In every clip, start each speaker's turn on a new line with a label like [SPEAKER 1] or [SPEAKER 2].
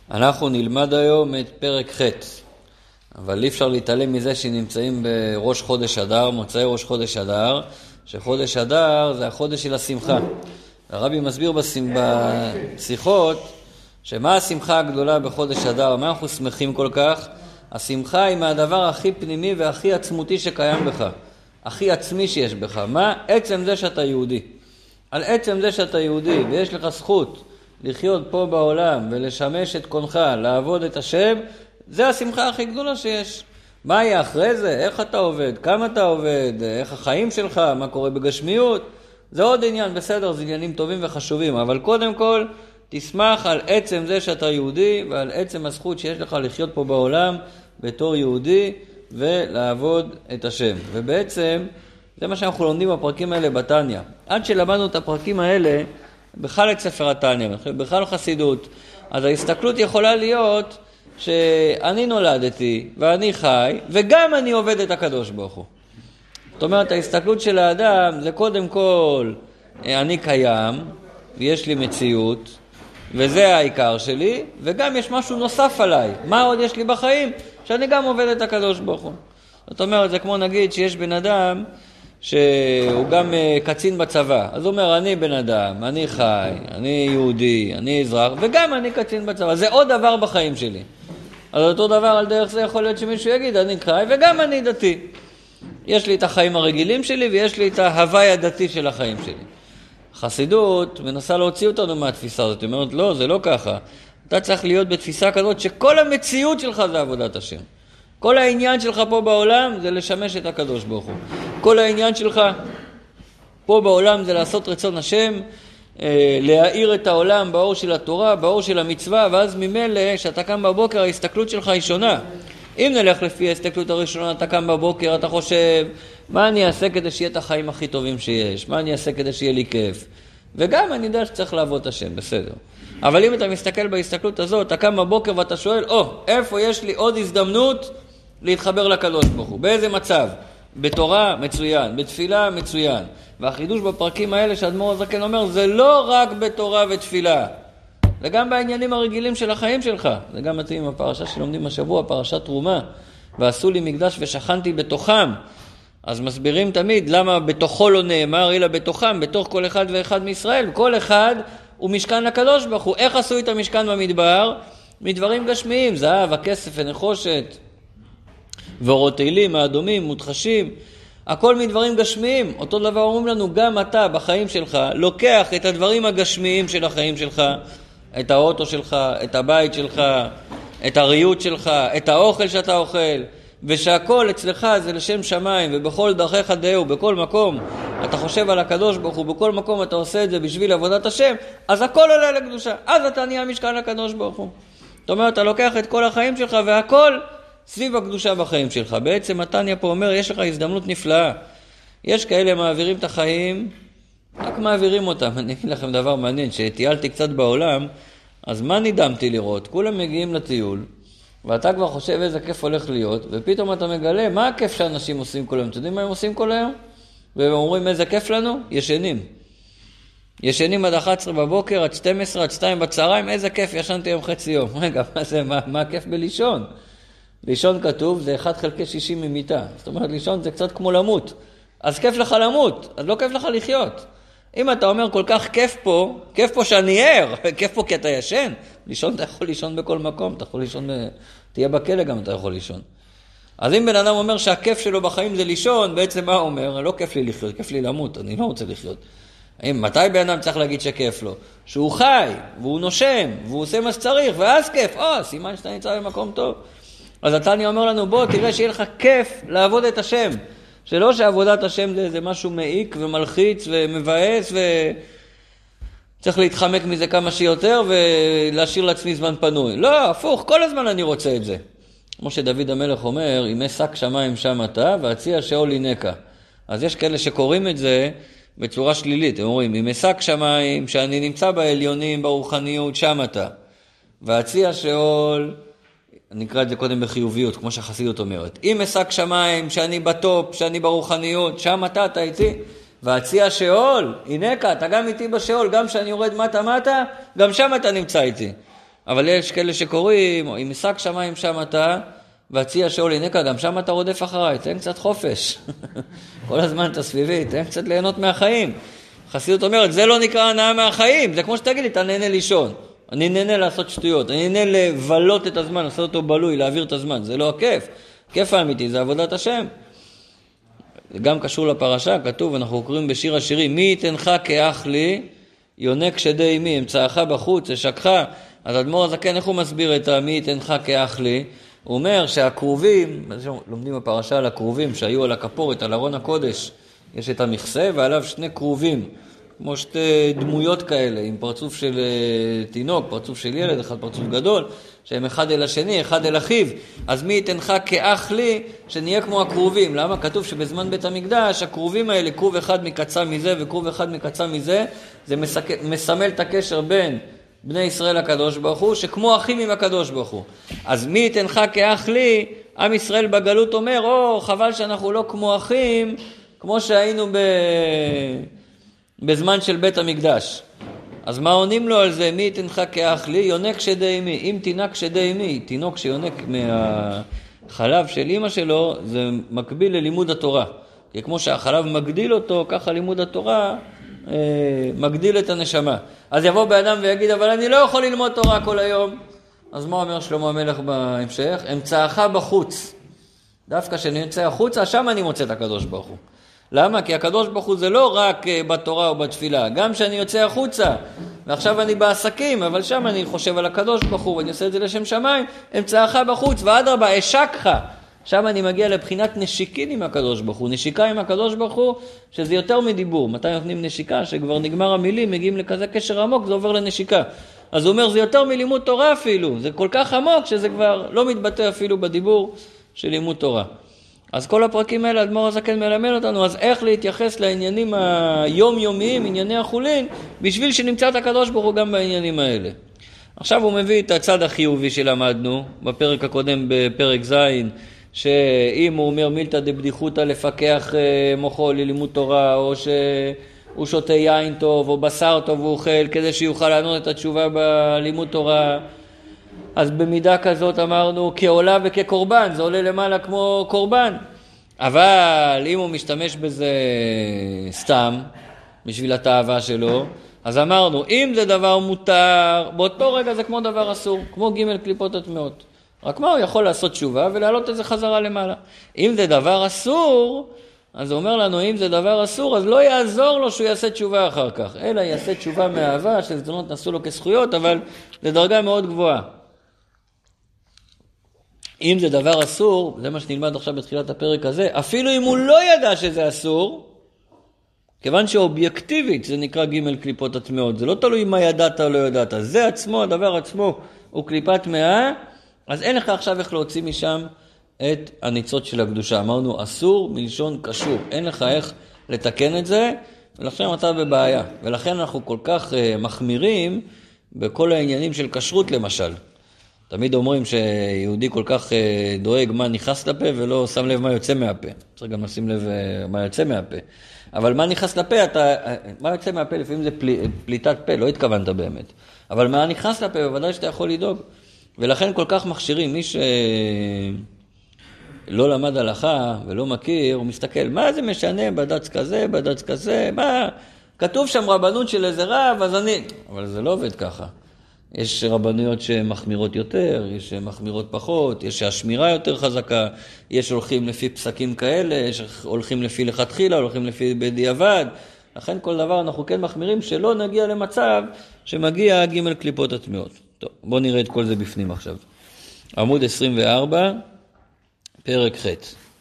[SPEAKER 1] אנחנו נלמד היום את פרק ח', אבל אי אפשר להתעלם מזה שנמצאים בראש חודש אדר, מוצאי ראש חודש אדר, שחודש אדר זה החודש של השמחה. הרבי מסביר בשיחות שמה השמחה הגדולה בחודש אדר, מה אנחנו שמחים כל כך? השמחה היא מהדבר הכי פנימי והכי עצמותי שקיים בך, הכי עצמי שיש בך. מה? עצם זה שאתה יהודי. על עצם זה שאתה יהודי ויש לך זכות לחיות פה בעולם ולשמש את קונך, לעבוד את השם, זה השמחה הכי גדולה שיש. מה יהיה אחרי זה? איך אתה עובד? כמה אתה עובד? איך החיים שלך? מה קורה בגשמיות? זה עוד עניין, בסדר, זה עניינים טובים וחשובים, אבל קודם כל תשמח על עצם זה שאתה יהודי ועל עצם הזכות שיש לך לחיות פה בעולם בתור יהודי ולעבוד את השם. ובעצם זה מה שאנחנו לומדים בפרקים האלה בתניא. עד שלמדנו את הפרקים האלה, בכלל את ספר התניא, בכלל חסידות, אז ההסתכלות יכולה להיות שאני נולדתי ואני חי וגם אני עובד את הקדוש ברוך הוא. זאת אומרת, ההסתכלות של האדם זה קודם כל אני קיים ויש לי מציאות וזה העיקר שלי, וגם יש משהו נוסף עליי. מה עוד יש לי בחיים? שאני גם עובד את הקדוש ברוך הוא. זאת אומרת, זה כמו נגיד שיש בן אדם שהוא גם קצין בצבא. אז הוא אומר, אני בן אדם, אני חי, אני יהודי, אני אזרח, וגם אני קצין בצבא. זה עוד דבר בחיים שלי. אז אותו דבר על דרך זה יכול להיות שמישהו יגיד, אני חי וגם אני דתי. יש לי את החיים הרגילים שלי ויש לי את ההווי הדתי של החיים שלי. חסידות מנסה להוציא אותנו מהתפיסה הזאת. היא אומרת, לא, זה לא ככה. אתה צריך להיות בתפיסה כזאת שכל המציאות שלך זה עבודת השם. כל העניין שלך פה בעולם זה לשמש את הקדוש ברוך הוא. כל העניין שלך פה בעולם זה לעשות רצון השם, להאיר את העולם באור של התורה, באור של המצווה, ואז ממילא שאתה קם בבוקר ההסתכלות שלך היא שונה. אם נלך לפי ההסתכלות הראשונה, אתה קם בבוקר, אתה חושב, מה אני אעשה כדי שיהיה את החיים הכי טובים שיש? מה אני אעשה כדי שיהיה לי כיף? וגם אני יודע שצריך לעבוד את השם, בסדר. אבל אם אתה מסתכל בהסתכלות הזאת, אתה קם בבוקר ואתה שואל, איפה יש לי עוד הזדמנות להתחבר לקדוש ברוך הוא? באיזה מצב? בתורה מצוין, בתפילה מצוין. והחידוש בפרקים האלה שהאדמו"ר הזקן אומר, זה לא רק בתורה ותפילה. זה גם בעניינים הרגילים של החיים שלך. זה גם מתאים עם הפרשה שלומדים השבוע, פרשת תרומה. ועשו לי מקדש ושכנתי בתוכם. אז מסבירים תמיד למה בתוכו לא נאמר, אלא בתוכם, בתוך כל אחד ואחד מישראל. כל אחד הוא משכן לקדוש ברוך הוא. איך עשו את המשכן במדבר? מדברים גשמיים, זהב, הכסף ונחושת, ואורות תהילים, האדומים, מותחשים. הכל מדברים גשמיים. אותו דבר אומרים לנו, גם אתה בחיים שלך לוקח את הדברים הגשמיים של החיים שלך, את האוטו שלך, את הבית שלך, את הריהוט שלך, את האוכל שאתה אוכל, ושהכל אצלך זה לשם שמיים, ובכל דרכיך דהו, בכל מקום אתה חושב על הקדוש ברוך הוא, בכל מקום אתה עושה את זה בשביל עבודת השם, אז הכל עולה לקדושה, אז אתה נהיה משכן לקדוש ברוך הוא. זאת אומרת, אתה לוקח את כל החיים שלך והכל סביב הקדושה בחיים שלך. בעצם התניא פה אומר, יש לך הזדמנות נפלאה. יש כאלה מעבירים את החיים, רק מעבירים אותם. אני אגיד לכם דבר מעניין, שטיילתי קצת בעולם, אז מה נדמתי לראות? כולם מגיעים לטיול, ואתה כבר חושב איזה כיף הולך להיות, ופתאום אתה מגלה, מה הכיף שאנשים עושים כל היום? אתם יודעים מה הם עושים כל היום? והם אומרים, איזה כיף לנו? ישנים. ישנים עד 11 בבוקר, עד 12, עד 2 בצהריים, איזה כיף, ישנתי יום חצי יום. רגע, מה הכיף בלישון? לישון כתוב, זה 1/60 ממיטה. זאת אומרת, לישון זה קצת כמו למות. אז כיף לך למות, אז לא כיף לך לחיות. אם אתה אומר כל כך כיף פה שאני ער, כיף פה כי אתה ישן, לישון אתה יכול לישון בכל מקום, אתה יכול לישון, תהיה בכלא גם אתה יכול לישון. אז אם בן אדם אומר שהכיף שלו בחיים זה לישון, בעצם מה הוא אומר? לא כיף לי לחיות, כיף לי למות, אני לא רוצה לחיות. מתי בן אדם צריך להגיד שכיף לו? שהוא חי, והוא נושם, והוא עושה מה שצריך, ואז כיף, סימן שאתה נמצא במקום טוב. אז התניא אומר לנו, בוא תראה שיהיה לך כיף לעבוד את השם. שלא שעבודת השם זה משהו מעיק ומלחיץ ומבאס וצריך להתחמק מזה כמה שיותר ולהשאיר לעצמי זמן פנוי. לא, הפוך, כל הזמן אני רוצה את זה. כמו שדוד המלך אומר, אם שק שמיים שם אתה והציע שאול ינקה. אז יש כאלה שקוראים את זה בצורה שלילית. הם אומרים, אם שק שמיים שאני נמצא בעליונים, ברוחניות, שם אתה. והציע שאול, נקרא את זה קודם בחיוביות, כמו שהחסידות אומרת. אם שק שמיים שאני בטופ, שאני ברוחניות, שם אתה איתי. והציע שאול, הנה אתה גם איתי בשאול, גם שאני יורד מטה, גם שם אתה נמצא איתי. אבל יש כאלה שקוראים, אם משק שמיים שם אתה, והציע שאול הנה גם שם אתה רודף אחריי, תן קצת חופש. כל הזמן אתה סביבי, תן קצת ליהנות מהחיים. חסידות אומרת, זה לא נקרא הנאה מהחיים, זה כמו שתגיד לי, אתה נהנה לישון. אני נהנה לעשות שטויות, אני נהנה לבלות את הזמן, לעשות אותו בלוי, להעביר את הזמן, זה לא הכיף. הכיף האמיתי, זה עבודת השם. זה גם קשור לפרשה, כתוב, אנחנו קוראים בשיר השירים, מי יתנך כאח לי, יונק שדי מי, אמצעך בחוץ, אשקך. אז אדמו"ר הזקן, איך הוא מסביר את מי יתנך כאח לי? הוא אומר שהקרובים, לומדים בפרשה על הקרובים שהיו על הכפורת, על ארון הקודש, יש את המכסה ועליו שני קרובים, כמו שתי דמויות כאלה, עם פרצוף של תינוק, פרצוף של ילד, אחד פרצוף גדול, שהם אחד אל השני, אחד אל אחיו. אז מי יתנך כאח לי, שנהיה כמו הקרובים? למה? כתוב שבזמן בית המקדש, הקרובים האלה, קרוב אחד מקצה מזה וקרוב אחד מקצה מזה, זה מסמל את הקשר בין בני ישראל הקדוש ברוך הוא, שכמו אחים עם הקדוש ברוך הוא. אז מי יתנך כאח לי, עם ישראל בגלות אומר, חבל שאנחנו לא כמו אחים, כמו שהיינו בזמן של בית המקדש. אז מה עונים לו על זה? מי יתנך כאח לי? יונק שדי אמי. אם תינק שדי אמי, תינוק שיונק מהחלב של אמא שלו, זה מקביל ללימוד התורה. כי כמו שהחלב מגדיל אותו, ככה לימוד התורה מגדיל את הנשמה. אז יבוא באדם ויגיד, אבל אני לא יכול ללמוד תורה כל היום. אז מה אומר שלמה המלך בהמשך? אמצעך בחוץ. דווקא שאני יוצא החוצה, שם אני מוצא את הקדוש ברוך הוא. למה? כי הקדוש ברוך הוא זה לא רק בתורה או בתפילה, גם שאני יוצא החוצה, ועכשיו אני בעסקים, אבל שם אני חושב על הקדוש ברוך הוא, ואני עושה את זה לשם שמיים, אמצעך בחוץ, ואדרבה, אשקך. שם אני מגיע לבחינת נשיקין עם הקדוש ברוך הוא, נשיקה עם הקדוש ברוך הוא, שזה יותר מדיבור. מתי נותנים נשיקה? שכבר נגמר המילים, מגיעים לכזה קשר עמוק, זה עובר לנשיקה. אז הוא אומר, זה יותר מלימוד תורה אפילו, זה כל כך עמוק, שזה כבר לא מתבטא אפילו בדיבור של לימוד תורה. אז כל הפרקים האלה, אדמו"ר הזקן מלמד אותנו, אז איך להתייחס לעניינים היומיומיים, ענייני החולין, בשביל שנמצא את הקדוש ברוך הוא גם בעניינים האלה. עכשיו הוא מביא את הצד החיובי שלמדנו, בפרק הקודם בפרק ז', שאם הוא אומר מילתא דבדיחותא לפקח מוחו ללימוד תורה, או שהוא שותה יין טוב, או בשר טוב הוא אוכל, כדי שיוכל לענות את התשובה בלימוד תורה, אז במידה כזאת אמרנו כעולה וכקורבן, זה עולה למעלה כמו קורבן. אבל אם הוא משתמש בזה סתם, בשביל התאווה שלו, אז אמרנו, אם זה דבר מותר, באותו רגע זה כמו דבר אסור, כמו ג' קליפות הטמאות. רק מה הוא יכול לעשות תשובה ולהעלות את זה חזרה למעלה. אם זה דבר אסור, אז הוא אומר לנו, אם זה דבר אסור, אז לא יעזור לו שהוא יעשה תשובה אחר כך, אלא יעשה תשובה מאהבה, שזדונות נעשו לו כזכויות, אבל זה דרגה מאוד גבוהה. אם זה דבר אסור, זה מה שנלמד עכשיו בתחילת הפרק הזה, אפילו אם הוא לא ידע שזה אסור, כיוון שאובייקטיבית זה נקרא ג' קליפות הטמאות, זה לא תלוי מה ידעת או לא ידעת, זה עצמו, הדבר עצמו הוא קליפת טמאה, אז אין לך עכשיו איך להוציא משם את הניצות של הקדושה. אמרנו אסור מלשון קשור, אין לך איך לתקן את זה, ולכן אתה בבעיה. ולכן אנחנו כל כך מחמירים בכל העניינים של כשרות למשל. תמיד אומרים שיהודי כל כך דואג מה נכנס לפה ולא שם לב מה יוצא מהפה. צריך גם לשים לב מה יוצא מהפה. אבל מה נכנס לפה, מה יוצא מהפה? לפעמים זה פליטת פה, לא התכוונת באמת. אבל מה נכנס לפה, בוודאי שאתה יכול לדאוג. ולכן כל כך מכשירים, מי שלא למד הלכה ולא מכיר, הוא מסתכל, מה זה משנה בד"ץ כזה, בד"ץ כזה, מה? כתוב שם רבנות של איזה רב, אז אני... אבל זה לא עובד ככה. יש רבנויות שמחמירות יותר, יש שמחמירות פחות, יש שהשמירה יותר חזקה, יש הולכים לפי פסקים כאלה, יש הולכים לפי לכתחילה, הולכים לפי בדיעבד. לכן כל דבר אנחנו כן מחמירים שלא נגיע למצב שמגיע ג' קליפות הטמאות. טוב, בואו נראה את כל זה בפנים עכשיו. עמוד 24, פרק ח'.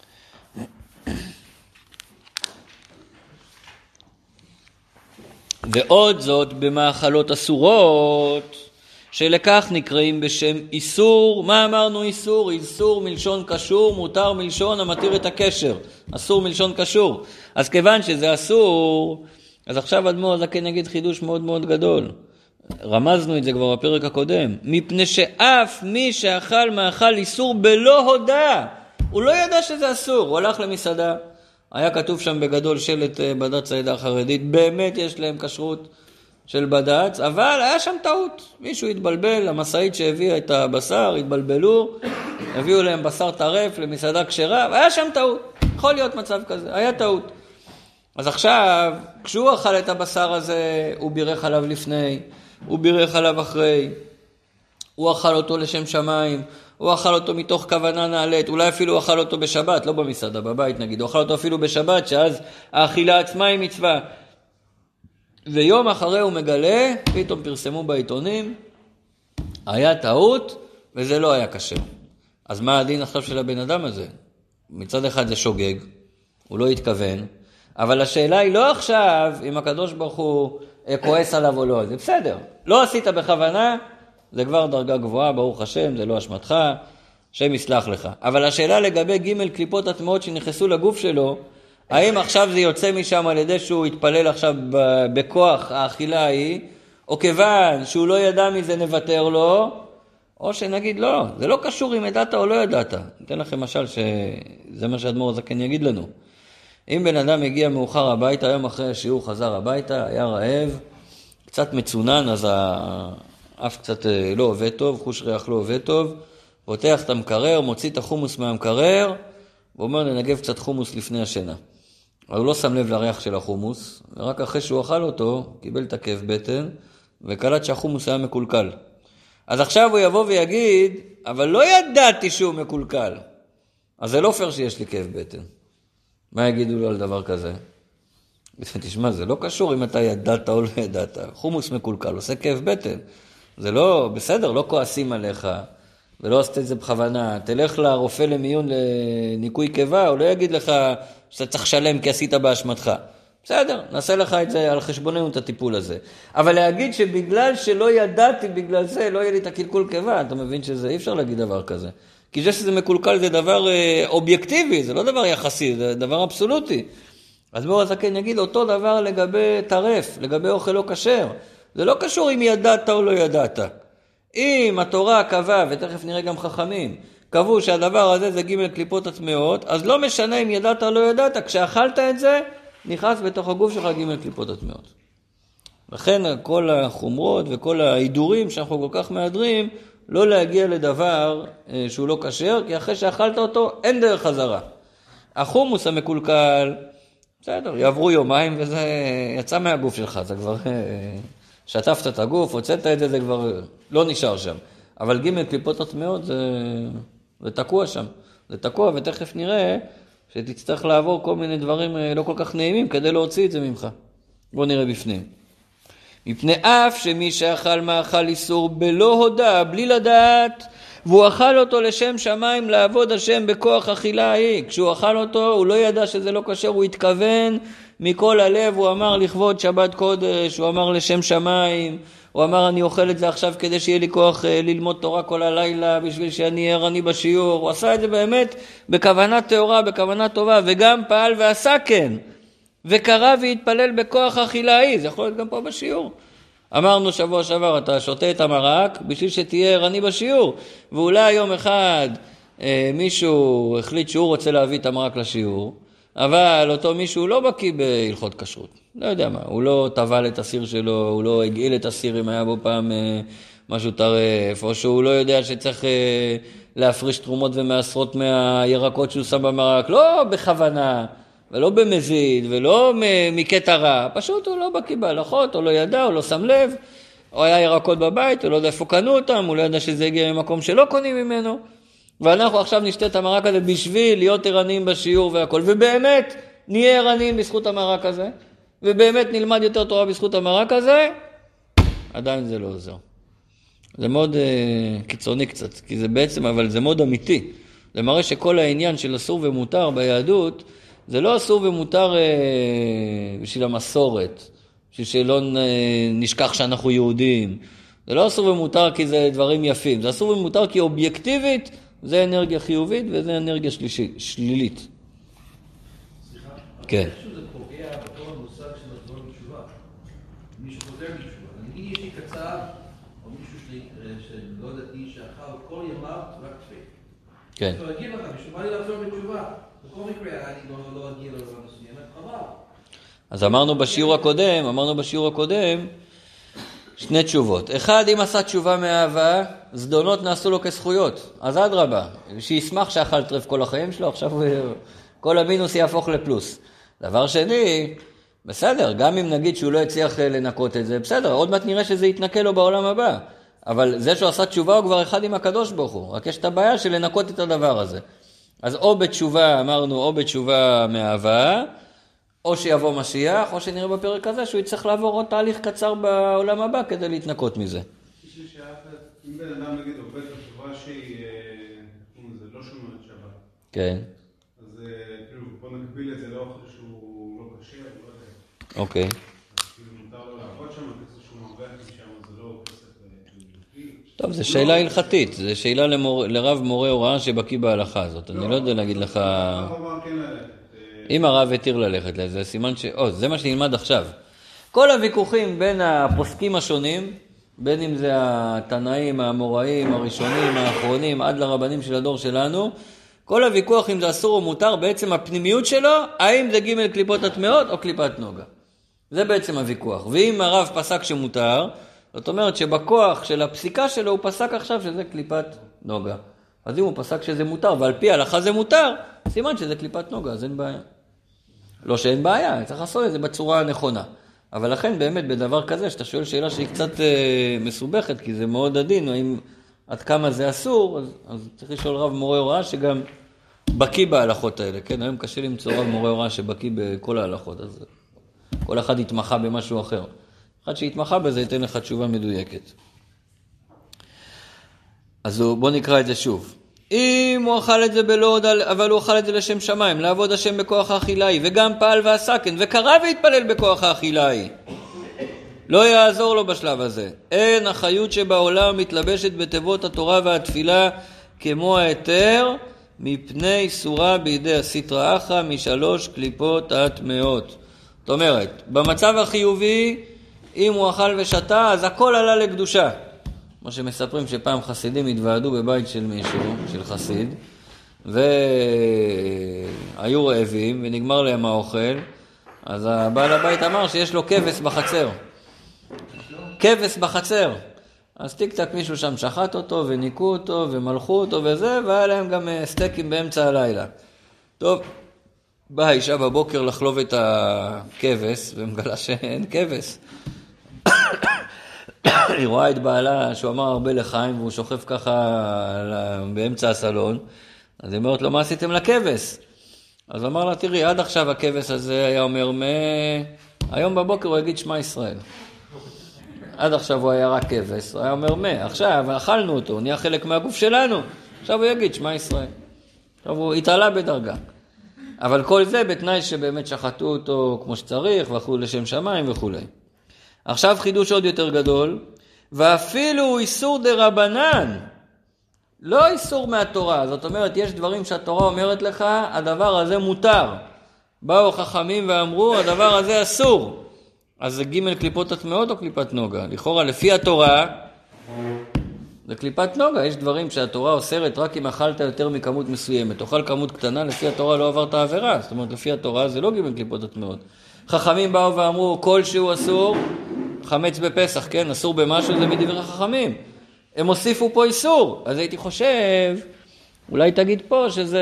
[SPEAKER 1] ועוד זאת במאכלות אסורות, שלכך נקראים בשם איסור. מה אמרנו איסור? איסור מלשון קשור, מותר מלשון המתיר את הקשר. אסור מלשון קשור. אז כיוון שזה אסור, אז עכשיו אדמו"ר הזקן נגיד חידוש מאוד מאוד גדול. רמזנו את זה כבר בפרק הקודם. מפני שאף מי שאכל מאכל איסור בלא הודע, הוא לא ידע שזה אסור, הוא הלך למסעדה. היה כתוב שם בגדול שלט בד"ץ העדה החרדית, באמת יש להם כשרות, של בד"ץ, אבל היה שם טעות. מישהו התבלבל, המשאית שהביאה את הבשר, התבלבלו, הביאו להם בשר טרף למסעדה כשרה, והיה שם טעות. יכול להיות מצב כזה, היה טעות. אז עכשיו, כשהוא אכל את הבשר הזה, הוא בירך עליו לפני, הוא בירך עליו אחרי, הוא אכל אותו לשם שמיים, הוא אכל אותו מתוך כוונה נעלית, אולי אפילו הוא אכל אותו בשבת, לא במסעדה, בבית נגיד, הוא אכל אותו אפילו בשבת, שאז האכילה עצמה היא מצווה. ויום אחרי הוא מגלה, פתאום פרסמו בעיתונים, היה טעות, וזה לא היה קשה. אז מה הדין עכשיו של הבן אדם הזה? מצד אחד זה שוגג, הוא לא התכוון, אבל השאלה היא לא עכשיו אם הקדוש ברוך הוא כועס עליו או לא, זה בסדר. לא עשית בכוונה, זה כבר דרגה גבוהה, ברוך השם, זה לא אשמתך, השם יסלח לך. אבל השאלה לגבי ג' קליפות הטמאות שנכנסו לגוף שלו, האם עכשיו זה יוצא משם על ידי שהוא יתפלל עכשיו בכוח האכילה ההיא, או כיוון שהוא לא ידע מזה נוותר לו, או שנגיד לא, זה לא קשור אם ידעת או לא ידעת. ניתן לכם משל שזה מה שאדמו"ר הזקן יגיד לנו. אם בן אדם הגיע מאוחר הביתה, היום אחרי השיעור חזר הביתה, היה רעב, קצת מצונן, אז האף קצת לא עובד טוב, חוש ריח לא עובד טוב, פותח את המקרר, מוציא את החומוס מהמקרר, ואומר לנגב קצת חומוס לפני השינה. אבל הוא לא שם לב לריח של החומוס, ורק אחרי שהוא אכל אותו, קיבל את הכאב בטן, וקלט שהחומוס היה מקולקל. אז עכשיו הוא יבוא ויגיד, אבל לא ידעתי שהוא מקולקל. אז זה לא פייר שיש לי כאב בטן. מה יגידו לו על דבר כזה? תשמע, זה לא קשור אם אתה ידעת או לא ידעת. חומוס מקולקל, עושה כאב בטן. זה לא, בסדר, לא כועסים עליך, ולא עשית את זה בכוונה. תלך לרופא למיון לניקוי קיבה, הוא לא יגיד לך שאתה צריך לשלם כי עשית באשמתך. בסדר, נעשה לך את זה על חשבוננו את הטיפול הזה. אבל להגיד שבגלל שלא ידעתי, בגלל זה לא יהיה לי את הקלקול קיבה, אתה מבין שזה אי אפשר להגיד דבר כזה. כי זה שזה מקולקל זה דבר אובייקטיבי, זה לא דבר יחסי, זה דבר אבסולוטי. אז בואו הזקן יגיד אותו דבר לגבי טרף, לגבי אוכל לא כשר. זה לא קשור אם ידעת או לא ידעת. אם התורה קבעה, ותכף נראה גם חכמים, קבעו שהדבר הזה זה ג' קליפות הטמאות, אז לא משנה אם ידעת או לא ידעת, כשאכלת את זה, נכנס בתוך הגוף שלך ג' קליפות הטמאות. לכן כל החומרות וכל ההידורים שאנחנו כל כך מהדרים, לא להגיע לדבר שהוא לא כשר, כי אחרי שאכלת אותו אין דרך חזרה. החומוס המקולקל, בסדר, יעברו יומיים וזה יצא מהגוף שלך, זה כבר שטפת את הגוף, הוצאת את זה, זה כבר לא נשאר שם. אבל ג' קליפות הטמאות זה תקוע שם. זה תקוע ותכף נראה שתצטרך לעבור כל מיני דברים לא כל כך נעימים כדי להוציא את זה ממך. בואו נראה בפנים. מפני אף שמי שאכל מאכל איסור בלא הודע, בלי לדעת, והוא אכל אותו לשם שמיים לעבוד השם בכוח אכילה ההיא. כשהוא אכל אותו, הוא לא ידע שזה לא כשר, הוא התכוון מכל הלב, הוא אמר לכבוד שבת קודש, הוא אמר לשם שמיים, הוא אמר אני אוכל את זה עכשיו כדי שיהיה לי כוח ללמוד תורה כל הלילה, בשביל שאני אהיה ערני בשיעור. הוא עשה את זה באמת בכוונה טהורה, בכוונה טובה, וגם פעל ועשה כן. וקרא והתפלל בכוח אכילה ההיא, זה יכול להיות גם פה בשיעור. אמרנו שבוע שעבר, אתה שותה את המרק בשביל שתהיה ערני בשיעור, ואולי יום אחד מישהו החליט שהוא רוצה להביא את המרק לשיעור, אבל אותו מישהו לא בקיא בהלכות כשרות. לא יודע מה, הוא לא טבל את הסיר שלו, הוא לא הגעיל את הסיר אם היה בו פעם משהו טרף, או שהוא לא יודע שצריך להפריש תרומות ומעשרות מהירקות שהוא שם במרק, לא בכוונה, ולא במזיד, ולא מקטע רע, פשוט הוא לא בקיא בהלכות, או לא ידע, או לא שם לב, או היה ירקות בבית, או לא יודע איפה קנו אותם, הוא לא ידע שזה הגיע ממקום שלא קונים ממנו, ואנחנו עכשיו נשתה את המרק הזה בשביל להיות ערניים בשיעור והכל, ובאמת נהיה ערניים בזכות המרק הזה, ובאמת נלמד יותר תורה בזכות המרק הזה, עדיין זה לא עוזר. זה מאוד קיצוני קצת, כי זה בעצם, אבל זה מאוד אמיתי. זה מראה שכל העניין של אסור ומותר ביהדות, זה לא אסור ומותר בשביל המסורת, בשביל שלא נשכח שאנחנו יהודים. זה לא אסור ומותר כי זה דברים יפים, זה אסור ומותר כי אובייקטיבית זה אנרגיה חיובית וזה אנרגיה שלילית.
[SPEAKER 2] סליחה?
[SPEAKER 1] כן.
[SPEAKER 2] איכשהו זה פוגע בכל המושג של לחזור בתשובה. מישהו חוזר בתשובה. נגיד יש לי קצב, או מישהו שלא דתי שאכל כל ימיו רק תפילה.
[SPEAKER 1] כן.
[SPEAKER 2] אז הוא יגיד לך, בשביל מה לי לחזור בתשובה? בכל מקרה, אני לא אגיע לדבר מסוימת, חבל.
[SPEAKER 1] אז אמרנו בשיעור הקודם, שני תשובות. אחד, אם עשה תשובה מאהבה, זדונות נעשו לו כזכויות. אז אדרבה, שישמח שאכל טרף כל החיים שלו, עכשיו כל המינוס יהפוך לפלוס. דבר שני, בסדר, גם אם נגיד שהוא לא הצליח לנקות את זה, בסדר, עוד מעט נראה שזה יתנקה לו בעולם הבא. אבל זה שהוא עשה תשובה הוא כבר אחד עם הקדוש ברוך הוא. רק יש את הבעיה של לנקות את הדבר הזה. אז או בתשובה, אמרנו, או בתשובה מאהבה, או שיבוא משיח, או שנראה בפרק הזה שהוא יצטרך לעבור עוד תהליך קצר בעולם הבא כדי להתנקות מזה.
[SPEAKER 3] אם בן אדם נגיד עובד בתשובה שהיא, זה לא שומרת שבת.
[SPEAKER 1] כן.
[SPEAKER 3] אז כאילו בוא נקביל את זה לאוכל שהוא לא קשה, לא יודע.
[SPEAKER 1] אוקיי.
[SPEAKER 3] אז כאילו מותר לו לעבוד שם, כסף שהוא מרוויח שם, זה לא כסף...
[SPEAKER 1] טוב, זו שאלה הלכתית, זו שאלה לרב מורה הוראה שבקיא בהלכה הזאת. אני לא יודע להגיד לך... אם הרב התיר ללכת לזה, סימן ש... זה מה שנלמד עכשיו. כל הוויכוחים בין הפוסקים השונים, בין אם זה התנאים, האמוראים, הראשונים, האחרונים, עד לרבנים של הדור שלנו, כל הוויכוח אם זה אסור או מותר, בעצם הפנימיות שלו, האם זה ג' קליפות הטמאות או קליפת נוגה. זה בעצם הוויכוח. ואם הרב פסק שמותר, זאת אומרת שבכוח של הפסיקה שלו הוא פסק עכשיו שזה קליפת נוגה. אז אם הוא פסק שזה מותר, ועל פי ההלכה זה מותר, סימן שזה קליפת נוגה, אז אין בעיה. לא שאין בעיה, צריך לעשות את זה בצורה הנכונה. אבל לכן באמת בדבר כזה, שאתה שואל שאלה שהיא קצת מסובכת, כי זה מאוד עדין, האם עד כמה זה אסור, אז צריך לשאול רב מורה הוראה שגם בקיא בהלכות האלה. כן, היום קשה למצוא רב מורה הוראה שבקיא בכל ההלכות, אז כל אחד יתמחה במשהו אחר. אחד שיתמחה בזה ייתן לך תשובה מדויקת. אז בוא נקרא את זה שוב. אם הוא אכל את זה בלוד, אבל הוא אכל את זה לשם שמיים, לעבוד השם בכוח האכילאי, וגם פעל ועשה כן, וקרא והתפלל בכוח האכילאי, לא יעזור לו בשלב הזה. אין החיות שבעולם מתלבשת בתיבות התורה והתפילה כמו ההיתר, מפני סורה בידי הסטרא אחרא משלוש קליפות הטמאות. זאת אומרת, במצב החיובי, אם הוא אכל ושתה, אז הכל עלה לקדושה. כמו שמספרים שפעם חסידים התוועדו בבית של מישהו, של חסיד, והיו רעבים ונגמר להם האוכל, אז הבעל הבית אמר שיש לו כבש בחצר. כבש בחצר. אז טיק-טק מישהו שם שחט אותו וניקו אותו ומלכו אותו וזה, והיה להם גם סטייקים באמצע הלילה. טוב, באה האישה בבוקר לחלוב את הכבש, ומגלה שאין כבש. היא רואה את בעלה שהוא אמר הרבה לחיים, והוא שוכב ככה באמצע הסלון, אז היא אומרת לו, מה עשיתם לכבש? אז הוא אמר לה, תראי, עד עכשיו הכבש הזה היה אומר, היום בבוקר הוא יגיד שמע ישראל. עד עכשיו הוא היה רק כבש, הוא היה אומר עכשיו אכלנו אותו, הוא נהיה חלק מהגוף שלנו, עכשיו הוא יגיד שמע ישראל. עכשיו הוא התעלה בדרגה. אבל כל זה בתנאי שבאמת שחטו אותו כמו שצריך, ואכלו לשם שמיים וכו'. עכשיו חידוש עוד יותר גדול, ואפילו איסור דרבנן, לא איסור מהתורה. זאת אומרת, יש דברים שהתורה אומרת לך, הדבר הזה מותר. באו חכמים ואמרו, הדבר הזה אסור. אז זה ג' קליפות הטמאות או קליפת נוגה? לכאורה, לפי התורה, זה קליפת נוגה. יש דברים שהתורה אוסרת רק אם אכלת יותר מכמות מסוימת. אוכל כמות קטנה, לפי התורה לא עברת עבירה. זאת אומרת, לפי התורה זה לא ג' קליפות הטמאות. חכמים באו ואמרו, כל שהוא אסור, חמץ בפסח, כן? אסור במשהו, זה מדברי חכמים. הם הוסיפו פה איסור. אז הייתי חושב, אולי תגיד פה שזה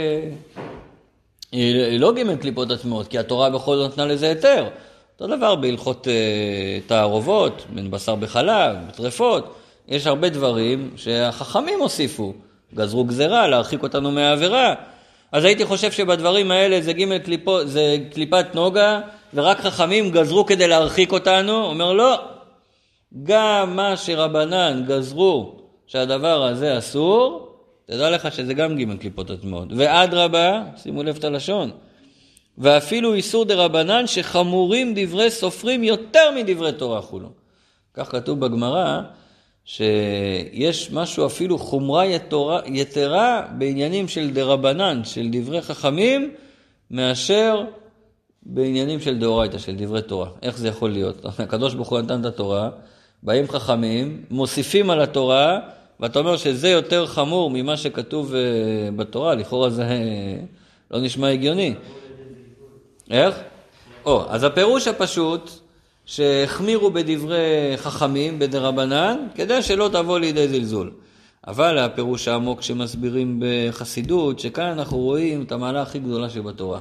[SPEAKER 1] לא ג' קליפות הטמאות, כי התורה בכל זאת נתנה לזה היתר. אותו דבר בהלכות תערובות, בין בשר בחלב, בטרפות. יש הרבה דברים שהחכמים הוסיפו. גזרו גזרה, להרחיק אותנו מהעבירה. אז הייתי חושב שבדברים האלה זה ג' קליפות, זה קליפת נוגה, ורק חכמים גזרו כדי להרחיק אותנו. אומר לא, גם מה שרבנן גזרו שהדבר הזה אסור, תדע לך שזה גם ג' קליפות הטמאות. ועד רבה, שימו לב את הלשון, ואפילו איסור דרבנן שחמורים דברי סופרים יותר מדברי תורה חולו. כך כתוב בגמרא, שיש משהו אפילו חומרה יתרה בעניינים של דרבנן, של דברי חכמים, מאשר בעניינים של דאורייתא, של דברי תורה. איך זה יכול להיות? הקדוש ברוך הוא נתן את התורה, באים חכמים, מוסיפים על התורה, ואתה אומר שזה יותר חמור ממה שכתוב בתורה, לכאורה זה לא נשמע הגיוני. איך? אז הפירוש הפשוט, שהחמירו בדברי חכמים, בדרבנן, כדי שלא תבוא לידי זלזול. אבל הפירוש העמוק שמסבירים בחסידות, שכאן אנחנו רואים את המעלה הכי גדולה שבתורה.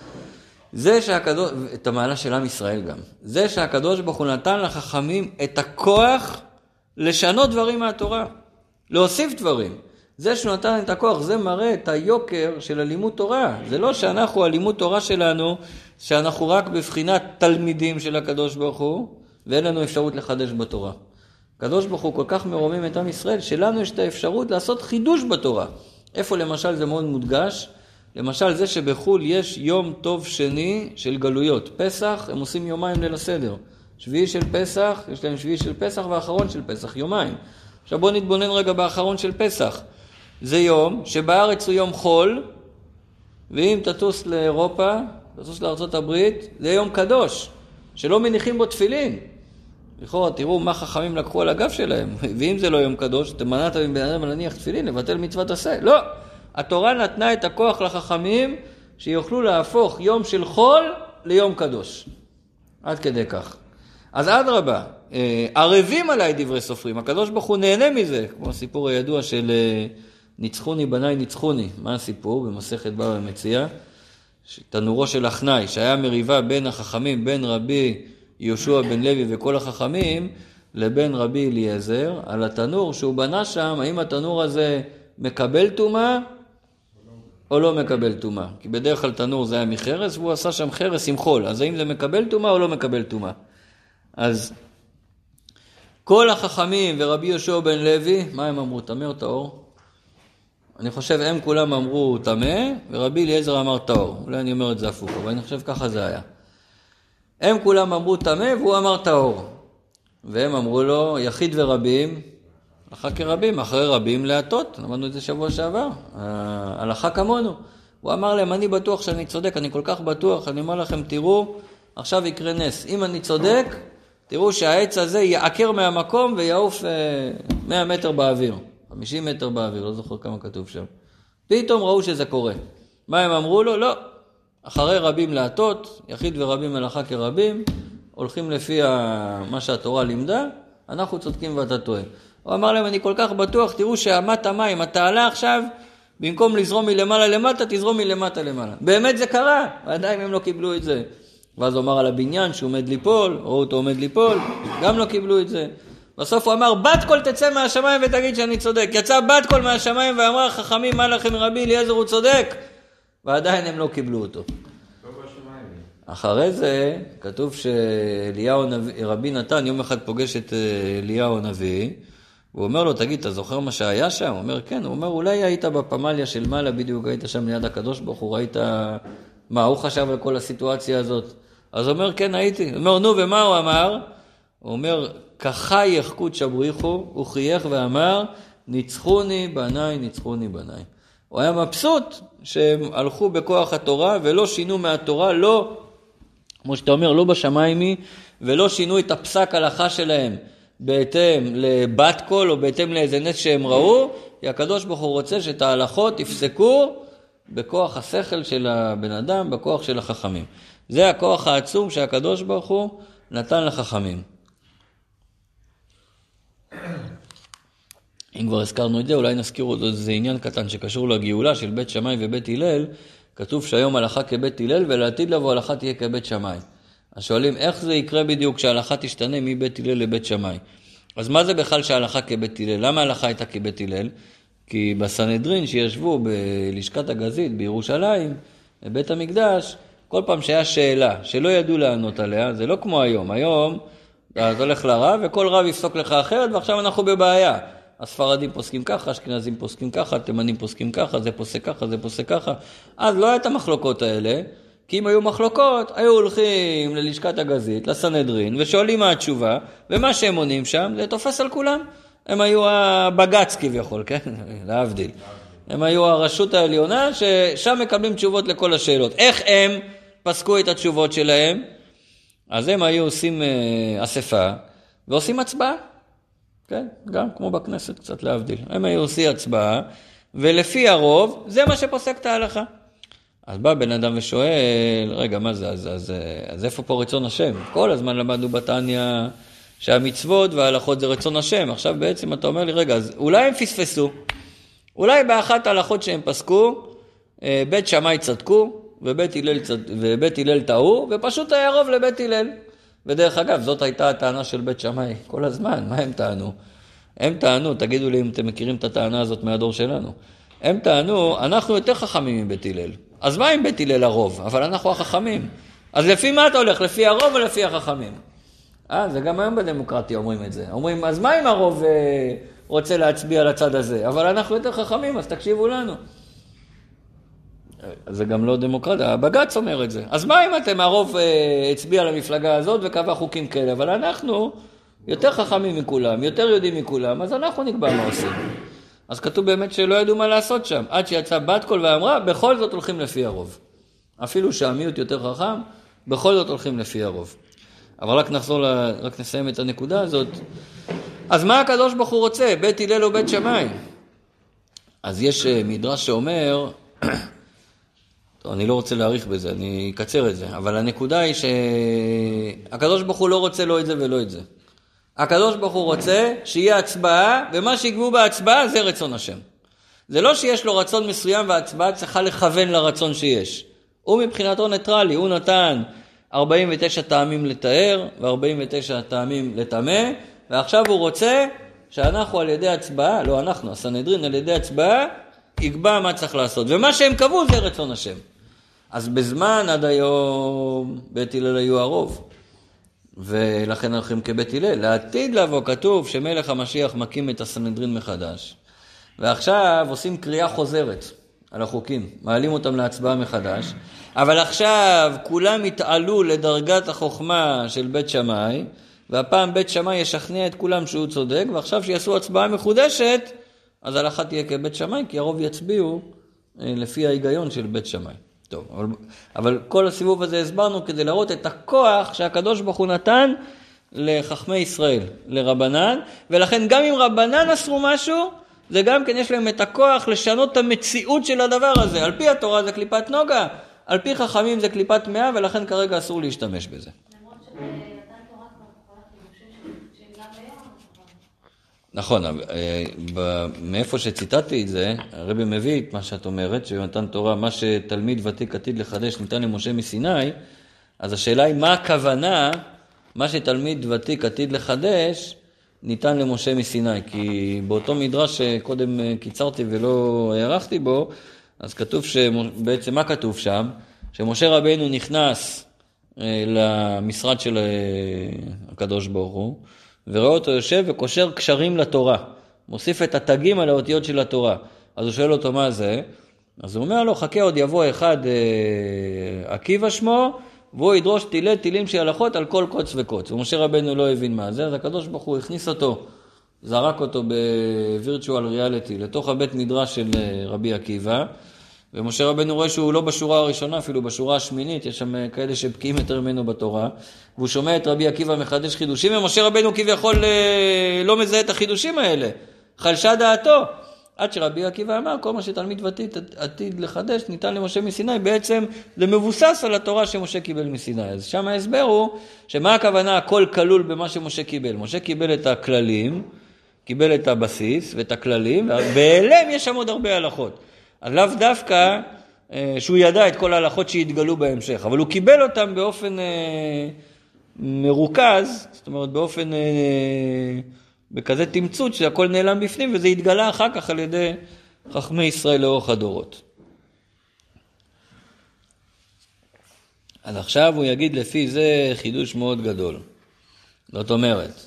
[SPEAKER 1] זה שהקדוש, את המעלה של עם ישראל גם. זה שהקדוש ברוך הוא נתן לחכמים את הכוח לשנות דברים מהתורה. להוסיף דברים. זה שהוא נתן את הכוח, זה מראה את היוקר של הלימוד תורה. זה לא שאנחנו, הלימוד תורה שלנו, שאנחנו רק בבחינת תלמידים של הקדוש ברוך הוא, ואין לנו אפשרות לחדש בתורה. הקדוש ברוך הוא כל כך מרומם את עם ישראל, שלנו יש את האפשרות לעשות חידוש בתורה. איפה למשל זה מאוד מודגש? למשל זה שבחול יש יום טוב שני של גלויות. פסח, הם עושים יומיים ליל הסדר. שביעי של פסח, יש להם שביעי של פסח ואחרון של פסח, יומיים. עכשיו בואו נתבונן רגע באחרון של פסח. זה יום שבארץ הוא יום חול, ואם תטוס לאירופה, תטוס לארצות הברית, זה יום קדוש, שלא מניחים בו תפילין. לכאורה, תראו מה חכמים לקחו על הגב שלהם. ואם זה לא יום קדוש, אתם מנעת מבן אדם להניח תפילין, לבטל מצוות עשה. לא, התורה נתנה את הכוח לחכמים, שיוכלו להפוך יום של חול ליום קדוש. עד כדי כך. אז אדרבה, ערבים עליי דברי סופרים, הקדוש ברוך הוא נהנה מזה, כמו הסיפור הידוע של ניצחוני בניי ניצחוני. מה הסיפור? במסכת בבא מציעא, תנורו של אחנאי, שהיה מריבה בין החכמים, בין רבי יהושע בן לוי וכל החכמים, לבין רבי אליעזר, על התנור שהוא בנה שם, האם התנור הזה מקבל טומאה או לא מקבל טומאה. כי בדרך כלל תנור זה היה מחרס, והוא עשה שם חרס עם חול, אז האם זה מקבל טומאה או לא מקבל טומאה. אז כל החכמים ורבי יהושע בן לוי, מה הם אמרו? טמא או טהור? אני חושב הם כולם אמרו טמא, ורבי אליעזר אמר טהור. אולי אני אומר את זה הפוך, אבל אני חושב ככה זה היה. הם כולם אמרו טמא והוא אמר טהור. והם אמרו לו יחיד ורבים, הלכה כרבים, אחרי רבים להטות. למדנו את זה שבוע שעבר, הלכה כמונו. הוא אמר להם, אני בטוח שאני צודק, אני כל כך בטוח, אני אומר לכם, תראו, עכשיו יקרה נס. אם אני צודק, תראו שהעץ הזה יעקר מהמקום ויעוף 100 מטר באוויר. 50 מטר באוויר, לא זוכר כמה כתוב שם. פתאום ראו שזה קורה. מה הם אמרו לו? לא. אחרי רבים להטות, יחיד ורבים מלאכה כרבים, הולכים לפי מה שהתורה לימדה, אנחנו צודקים ואתה טועה. הוא אמר להם, אני כל כך בטוח, תראו שאמת המים, התעלה עכשיו, במקום לזרום מלמעלה למטה, תזרום מלמטה למעלה. באמת זה קרה, ועדיין הם לא קיבלו את זה. ואז הוא אמר על הבניין שהוא עומד ליפול, או אותו עומד ליפול, גם לא קיבלו את זה. בסוף הוא אמר, בת קול תצא מהשמיים ותגיד שאני צודק. יצא בת קול מהשמיים ואמר, חכמים, מה לכם רבי אליעזר הוא צודק? ועדיין הם לא קיבלו אותו. אחרי זה כתוב שאליהו רבי נתן יום אחד פוגש את אליהו הנביא, הוא אומר לו, תגיד, אתה זוכר מה שהיה שם? הוא אומר, כן. הוא אומר, אולי היית בפמליה של מעלה, בדיוק היית שם ליד הקדוש ברוך הוא, ראית מה הוא חשב על כל הסיטואציה הזאת. אז הוא אומר, כן, הייתי. הוא אומר, נו, ומה הוא אמר? הוא אומר, כחי יחקות שבריחו, הוא חייך ואמר, ניצחוני בניי, ניצחוני בניי. הוא היה מבסוט שהם הלכו בכוח התורה ולא שינו מהתורה, לא, כמו שאתה אומר, לא בשמיימי, ולא שינו את הפסק הלכה שלהם בהתאם לבת קול או בהתאם לאיזה נס שהם ראו, כי הקדוש ברוך הוא רוצה שאת ההלכות יפסקו בכוח השכל של הבן אדם, בכוח של החכמים. זה הכוח העצום שהקדוש ברוך הוא נתן לחכמים. אם כבר הזכרנו את זה, אולי נזכיר עוד איזה עניין קטן שקשור לגאולה של בית שמאי ובית הלל. כתוב שהיום הלכה כבית הלל ולעתיד לבוא הלכה תהיה כבית שמאי. אז שואלים איך זה יקרה בדיוק שההלכה תשתנה מבית הלל לבית שמאי. אז מה זה בכלל שההלכה כבית הלל? למה ההלכה הייתה כבית הלל? כי בסנהדרין שישבו בלשכת הגזית בירושלים, בבית המקדש, כל פעם שהיה שאלה שלא ידעו לענות עליה, זה לא כמו היום. היום אתה הולך לרב וכל רב יפסוק לך אחרת ועכשיו אנחנו בבעיה. הספרדים פוסקים ככה, אשכנזים פוסקים ככה, תימנים פוסקים ככה, זה פוסק ככה, זה פוסק ככה. אז לא הייתה המחלוקות האלה, כי אם היו מחלוקות, היו הולכים ללשכת הגזית, לסנהדרין, ושואלים מה התשובה, ומה שהם עונים שם, זה תופס על כולם. הם היו הבג"ץ כביכול, כן? להבדיל. הם היו הרשות העליונה, ששם מקבלים תשובות לכל השאלות. איך הם פסקו את התשובות שלהם? אז הם היו עושים אספה, ועושים הצבעה. כן? גם כמו בכנסת קצת להבדיל. הם היו עושים הצבעה, ולפי הרוב, זה מה שפוסק את ההלכה. אז בא בן אדם ושואל, רגע, מה זה? אז איפה פה רצון השם? כל הזמן למדנו בתניא שהמצוות וההלכות זה רצון השם. עכשיו בעצם אתה אומר לי, רגע, אז אולי הם פספסו. אולי באחת ההלכות שהם פסקו, בית שמאי צדקו, ובית הלל טעו, ופשוט היה רוב לבית הלל. ודרך אגב, זאת הייתה הטענה של בית שמאי כל הזמן. מה הם טענו? הם טענו, תגידו לי אם אתם מכירים את הטענה הזאת מהדור שלנו. הם טענו, אנחנו יותר חכמים מבית הלל. אז מה אם בית הלל הרוב? אבל אנחנו החכמים. אז לפי מה אתה הולך? לפי הרוב או לפי החכמים? זה גם היום בדמוקרטיה אומרים את זה. אומרים, אז מה אם הרוב רוצה להצביע לצד הזה? אבל אנחנו יותר חכמים, אז תקשיבו לנו. זה גם לא דמוקרטיה, הבג"ץ אומר את זה. אז מה אם אתם, הרוב הצביע למפלגה הזאת וקבע חוקים כאלה, אבל אנחנו יותר חכמים מכולם, יותר יודעים מכולם, אז אנחנו נקבע מה עושים. אז כתוב באמת שלא ידעו מה לעשות שם, עד שיצא בת קול ואמרה, בכל זאת הולכים לפי הרוב. אפילו שהמיעוט יותר חכם, בכל זאת הולכים לפי הרוב. אבל רק נסיים את הנקודה הזאת. אז מה הקדוש ברוך הוא רוצה? בית הלל או בית שמאי? אז יש מדרש שאומר, טוב, אני לא רוצה להאריך בזה, אני אקצר את זה, אבל הנקודה היא שהקדוש ברוך הוא לא רוצה לא את זה ולא את זה. הקדוש ברוך הוא רוצה שיהיה הצבעה, ומה שיגבו בהצבעה זה רצון השם. זה לא שיש לו רצון מסוים וההצבעה צריכה לכוון לרצון שיש. הוא מבחינתו ניטרלי, הוא נתן 49 טעמים לתאר ו49 טעמים לטמא, ועכשיו הוא רוצה שאנחנו על ידי הצבעה, לא אנחנו, הסנהדרין על ידי הצבעה, יקבע מה צריך לעשות. ומה שהם קבעו זה רצון השם. אז בזמן עד היום בית הלל היו הרוב. ולכן הולכים כבית הלל. לעתיד לבוא כתוב שמלך המשיח מקים את הסנהדרין מחדש. ועכשיו עושים קריאה חוזרת על החוקים. מעלים אותם להצבעה מחדש. אבל עכשיו כולם יתעלו לדרגת החוכמה של בית שמאי. והפעם בית שמאי ישכנע את כולם שהוא צודק. ועכשיו שיעשו הצבעה מחודשת, אז הלכה תהיה כבית שמאי, כי הרוב יצביעו לפי ההיגיון של בית שמאי. טוב, אבל כל הסיבוב הזה הסברנו כדי להראות את הכוח שהקדוש ברוך הוא נתן לחכמי ישראל, לרבנן, ולכן גם אם רבנן אסרו משהו, זה גם כן יש להם את הכוח לשנות את המציאות של הדבר הזה. על פי התורה זה קליפת נוגה, על פי חכמים זה קליפת מאה, ולכן כרגע אסור להשתמש בזה.
[SPEAKER 4] למרות שנתן תורה כבר חידושים שגם היום.
[SPEAKER 1] נכון, מאיפה שציטטתי את זה, הרבי מביא את מה שאת אומרת, שנתן תורה, מה שתלמיד ותיק עתיד לחדש ניתן למשה מסיני, אז השאלה היא מה הכוונה, מה שתלמיד ותיק עתיד לחדש, ניתן למשה מסיני, כי באותו מדרש שקודם קיצרתי ולא הערכתי בו, אז כתוב שבעצם מה כתוב שם? שמשה רבינו נכנס למשרד של הקדוש ברוך הוא, ורואה אותו יושב וקושר קשרים לתורה, מוסיף את התגים על האותיות של התורה. אז הוא שואל אותו מה זה, אז הוא אומר לו חכה עוד יבוא אחד עקיבא שמו, והוא ידרוש תילים של הלכות על כל קוץ וקוץ. ומשה רבנו לא הבין מה זה, אז הקדוש ברוך הוא הכניס אותו, זרק אותו בווירטואל ריאליטי לתוך הבית מדרש של רבי עקיבא, ומשה רבנו רואה שהוא לא בשורה הראשונה, אפילו בשורה השמינית, יש שם כאלה שבקיאים יותר ממנו בתורה, והוא שומע את רבי עקיבא מחדש חידושים, ומשה רבנו כביכול לא מזהה את החידושים האלה, חלשה דעתו, עד שרבי עקיבא אמר, כל מה שתלמיד ותיק עתיד לחדש ניתן למשה מסיני, בעצם זה מבוסס על התורה שמשה קיבל מסיני. אז שם ההסבר הוא, שמה הכוונה הכל כלול במה שמשה קיבל? משה קיבל את הכללים, קיבל את הבסיס ואת הכללים, ובאליהם יש שם עוד הרבה הלכות. אז לאו דווקא שהוא ידע את כל ההלכות שהתגלו בהמשך, אבל הוא קיבל אותם באופן מרוכז, זאת אומרת באופן, בכזה תמצות שהכל נעלם בפנים, וזה התגלה אחר כך על ידי חכמי ישראל לאורך הדורות. אז עכשיו הוא יגיד לפי זה חידוש מאוד גדול. זאת אומרת,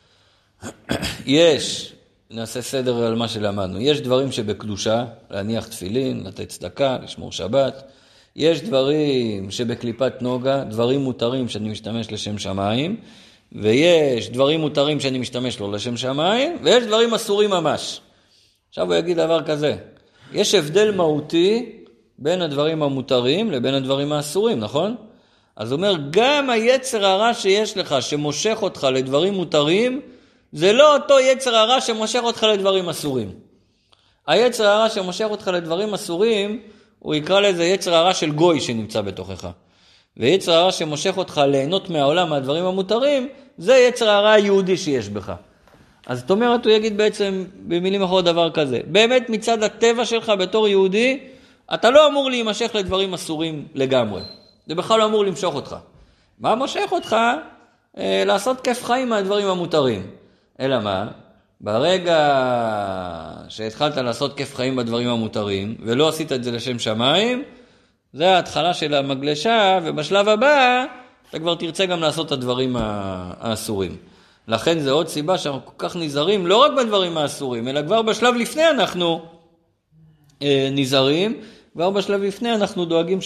[SPEAKER 1] נעשה סדר על מה שלמדנו. יש דברים שבקדושה, להניח תפילין, לתת צדקה, לשמור שבת. יש דברים שבקליפת נוגה, דברים מותרים שאני משתמש לשם שמיים, ויש דברים מותרים שאני משתמש לו לשם שמיים, ויש דברים אסורים ממש. עכשיו הוא יגיד דבר כזה. יש הבדל מהותי בין הדברים המותרים לבין הדברים האסורים, נכון? אז הוא אומר, גם היצר הרע שיש לך, שמושך אותך לדברים מותרים, זה לא אותו יצר הרע שמושך אותך לדברים אסורים. היצר הרע שמושך אותך לדברים אסורים, הוא יקרא לזה יצר הרע של גוי שנמצא בתוכך. ויצר הרע שמושך אותך ליהנות מהעולם, מהדברים המותרים, זה יצר הרע היהודי שיש בך. אז זאת אומרת, הוא יגיד בעצם במילים אחרות דבר כזה. באמת מצד הטבע שלך בתור יהודי, אתה לא אמור להימשך לדברים אסורים לגמרי. זה בכלל לא אמור למשוך אותך. מה מושך אותך? לעשות כיף חיים מהדברים המותרים. אלא מה? ברגע שהתחלת לעשות כיף חיים בדברים המותרים, ולא עשית את זה לשם שמיים, זה ההתחלה של המגלשה, ובשלב הבא אתה כבר תרצה גם לעשות את הדברים האסורים. לכן זה עוד סיבה שאנחנו כל כך נזהרים, לא רק בדברים האסורים, אלא כבר בשלב לפני אנחנו נזהרים, כבר בשלב לפני אנחנו דואגים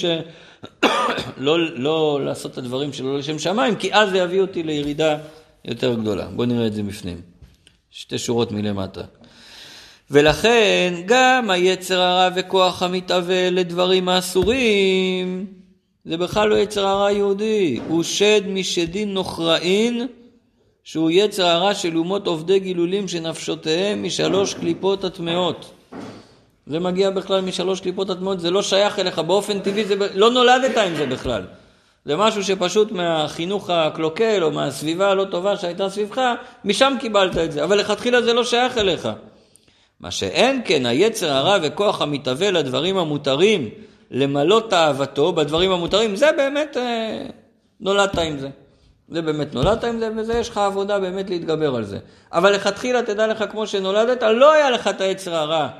[SPEAKER 1] לא לעשות את הדברים שלא לשם שמיים, כי אז זה יביא אותי לירידה יותר גדולה. בואו נראה את זה בפנים. 2 שורות מלמטה. ולכן גם היצר הרע וכוח המתאבל לדברים האסורים, זה בכלל לא יצר הרע יהודי, הוא שד משדין נוכראין, שהוא יצר הרע של אומות עובדי גילולים שנפשותיהם מ3 קליפות הטמאות. זה מגיע בכלל מ3 קליפות הטמאות, זה לא שייך אליך באופן טבעי, לא נולדת עם זה בכלל. זה משהו שפשוט מהחינוך הקלוקל או מהסביבה הלא טובה שהייתה סביבך, משם קיבלת את זה, אבל לכתחילה זה לא שייך אליך. מה שאין כן, היצר הרע וכוח המתאבל לדברים המותרים, למלא תאוותו בדברים המותרים, זה באמת נולדת עם זה. זה באמת נולדת עם זה, וזה יש לך עבודה באמת להתגבר על זה. אבל לכתחילה תדע לך כמו שנולדת, לא היה לך את היצר הרע